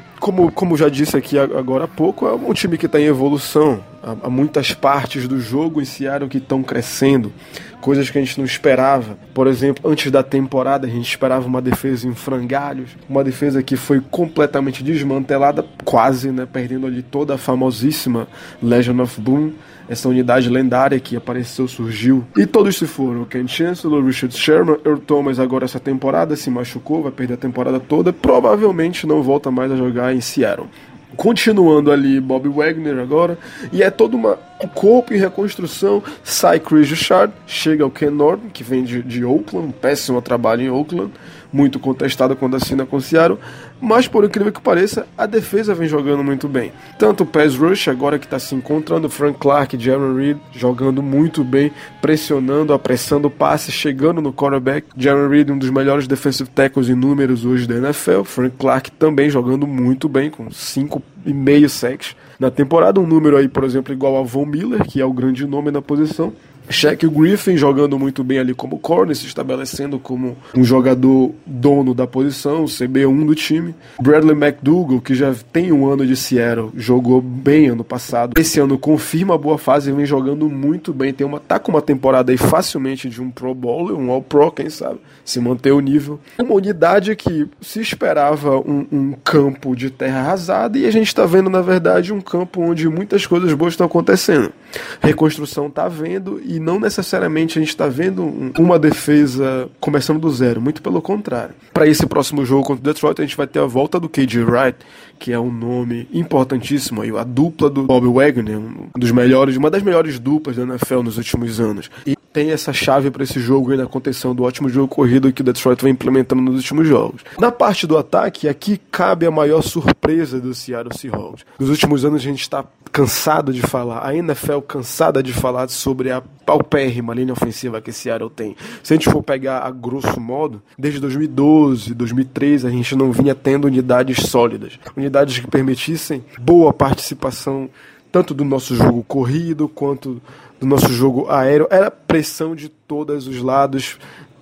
como já disse aqui agora há pouco, é um time que está em evolução. Há muitas partes do jogo em Seattle que estão crescendo, coisas que a gente não esperava. Por exemplo, antes da temporada a gente esperava uma defesa em frangalhos, uma defesa que foi completamente desmantelada, quase, né, perdendo ali toda a famosíssima Legion of Boom, essa unidade lendária que apareceu, surgiu, e todos se foram. O Ken Chancellor, o Richard Sherman, Earl Thomas agora essa temporada se machucou, vai perder a temporada toda, provavelmente não volta mais a jogar em Seattle. Continuando ali, Bob Wagner agora, e é todo um corpo em reconstrução. Sai Chris Richard, chega o Ken Norton, que vem de Oakland, um péssimo trabalho em Oakland, muito contestado quando assina com Seattle, mas por incrível que pareça, a defesa vem jogando muito bem. Tanto o pass rush, agora que está se encontrando, Frank Clark e Jaron Reed jogando muito bem, pressionando, apressando o passe, chegando no quarterback. Jaron Reed, um dos melhores defensive tackles em números hoje da NFL. Frank Clark também jogando muito bem, com 5,5 sacks na temporada, um número aí, por exemplo, igual a Von Miller, que é o grande nome na posição. Shaq Griffin jogando muito bem ali como corner, se estabelecendo como um jogador dono da posição, o CB1 do time. Bradley McDougall, que já tem um ano de Seattle, jogou bem ano passado. Esse ano confirma a boa fase e vem jogando muito bem. Tá com uma temporada aí facilmente de um Pro Bowler, um All-Pro, quem sabe, se manter o nível. Uma unidade que se esperava um campo de terra arrasada e a gente está vendo, na verdade, um campo onde muitas coisas boas estão acontecendo. Reconstrução está havendo e não necessariamente a gente está vendo uma defesa começando do zero, muito pelo contrário. Para esse próximo jogo contra o Detroit, a gente vai ter a volta do KJ Wright, que é um nome importantíssimo, aí, a dupla do Bob Wagner, uma das melhores duplas da NFL nos últimos anos. E tem essa chave para esse jogo aí na contenção do ótimo jogo corrido que o Detroit vem implementando nos últimos jogos. Na parte do ataque, aqui cabe a maior surpresa do Seattle Seahawks. Nos últimos anos a gente está cansado de falar, a NFL cansada de falar sobre a paupérrima linha ofensiva que Seattle tem. Se a gente for pegar a grosso modo, desde 2012, 2013, a gente não vinha tendo unidades sólidas. Unidades que permitissem boa participação tanto do nosso jogo corrido quanto do nosso jogo aéreo. Era pressão de todos os lados,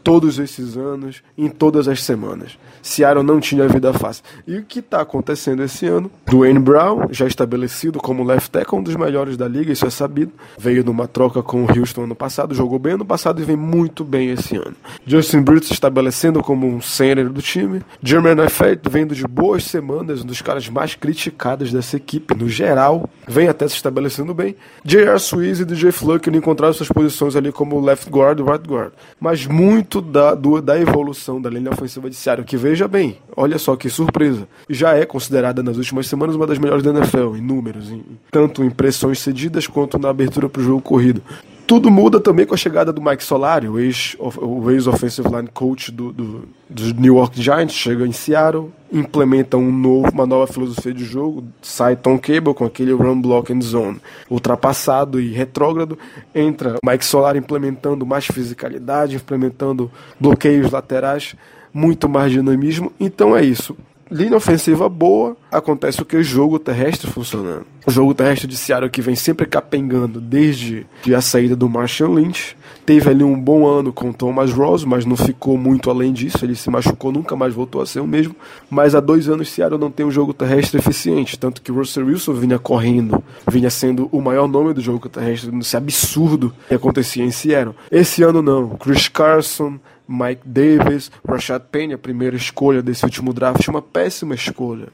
todos esses anos, em todas as semanas. Seattle não tinha vida fácil. E o que está acontecendo esse ano? Dwayne Brown, já estabelecido como left tackle, um dos melhores da liga, isso é sabido. Veio numa troca com o Houston ano passado, jogou bem ano passado e vem muito bem esse ano. Justin Britt se estabelecendo como um center do time. Jermaine Effect vendo de boas semanas, um dos caras mais criticados dessa equipe, no geral, vem até se estabelecendo bem. J.R. Sweezy e DJ Fluke não encontraram suas posições ali como left guard e right guard. Mas muito da evolução da linha ofensiva de Seattle, que veja bem, olha só que surpresa, já é considerada nas últimas semanas uma das melhores da NFL em números, tanto em pressões cedidas quanto na abertura para o jogo corrido. Tudo muda também com a chegada do Mike Solari, o ex-offensive line coach dos New York Giants, chega em Seattle, implementa uma nova filosofia de jogo, sai Tom Cable com aquele run block and zone ultrapassado e retrógrado, entra Mike Solari implementando mais fisicalidade, implementando bloqueios laterais, muito mais dinamismo, então é isso. Linha ofensiva boa, acontece o que? O jogo terrestre funcionando. O jogo terrestre de Seattle que vem sempre capengando desde a saída do Marshawn Lynch. Teve ali um bom ano com o Thomas Ross, mas não ficou muito além disso. Ele se machucou, nunca mais voltou a ser o mesmo. Mas há 2 anos Seattle não tem um jogo terrestre eficiente. Tanto que o Russell Wilson vinha correndo, vinha sendo o maior nome do jogo terrestre, nesse absurdo que acontecia em Seattle. Esse ano não. Chris Carson, Mike Davis, Rashad Penny, a primeira escolha desse último draft, uma péssima escolha.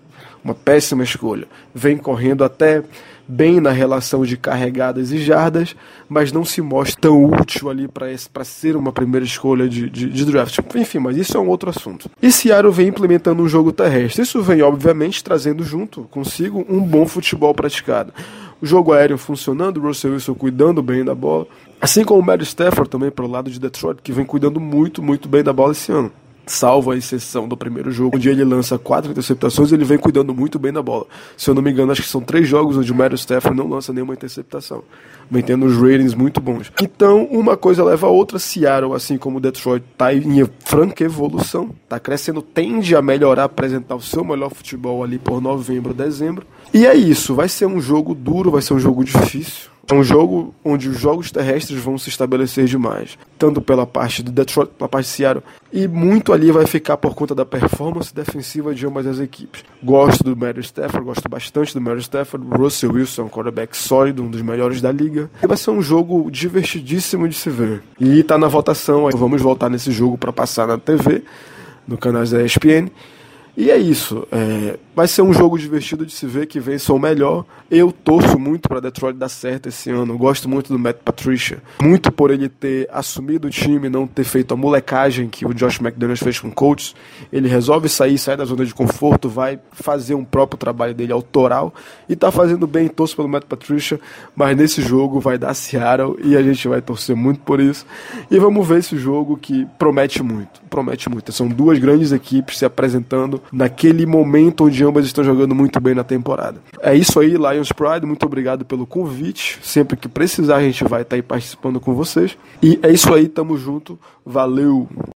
Vem correndo até bem na relação de carregadas e jardas, mas não se mostra tão útil ali para ser uma primeira escolha de draft. Enfim, mas isso é um outro assunto. E Seattle vem implementando um jogo terrestre. Isso vem, obviamente, trazendo junto consigo um bom futebol praticado. O jogo aéreo funcionando, o Russell Wilson cuidando bem da bola. Assim como o Matthew Stafford também para o lado de Detroit, que vem cuidando muito, muito bem da bola esse ano. Salvo a exceção do primeiro jogo, onde ele lança 4 interceptações, ele vem cuidando muito bem da bola. Se eu não me engano, acho que são 3 jogos onde o Matthew Stafford não lança nenhuma interceptação, vem tendo os ratings muito bons. Então, uma coisa leva a outra. Seattle, assim como Detroit, está em franca evolução, está crescendo, tende a melhorar, apresentar o seu melhor futebol ali por novembro, dezembro. E é isso, vai ser um jogo duro, vai ser um jogo difícil. É um jogo onde os jogos terrestres vão se estabelecer demais, tanto pela parte do Detroit, pela parte de Seattle, e muito ali vai ficar por conta da performance defensiva de ambas as equipes. Gosto do Matthew Stafford, gosto bastante do Matthew Stafford. Russell Wilson é um quarterback sólido, um dos melhores da liga. E vai ser um jogo divertidíssimo de se ver. E tá na votação, vamos voltar nesse jogo para passar na TV, no canal da ESPN. E é isso, vai ser um jogo divertido de se ver, que vença o melhor. Eu torço muito para Detroit dar certo esse ano, gosto muito do Matt Patricia, muito por ele ter assumido o time, não ter feito a molecagem que o Josh McDaniels fez com o Colts. Ele resolve sair da zona de conforto, vai fazer um próprio trabalho dele autoral, e tá fazendo bem, torço pelo Matt Patricia, mas nesse jogo vai dar Seattle, e a gente vai torcer muito por isso, e vamos ver esse jogo que promete muito. São 2 grandes equipes se apresentando naquele momento onde ambas estão jogando muito bem na temporada. É isso aí, Lions Pride, muito obrigado pelo convite. Sempre que precisar a gente vai estar aí participando com vocês. E é isso aí, tamo junto, valeu!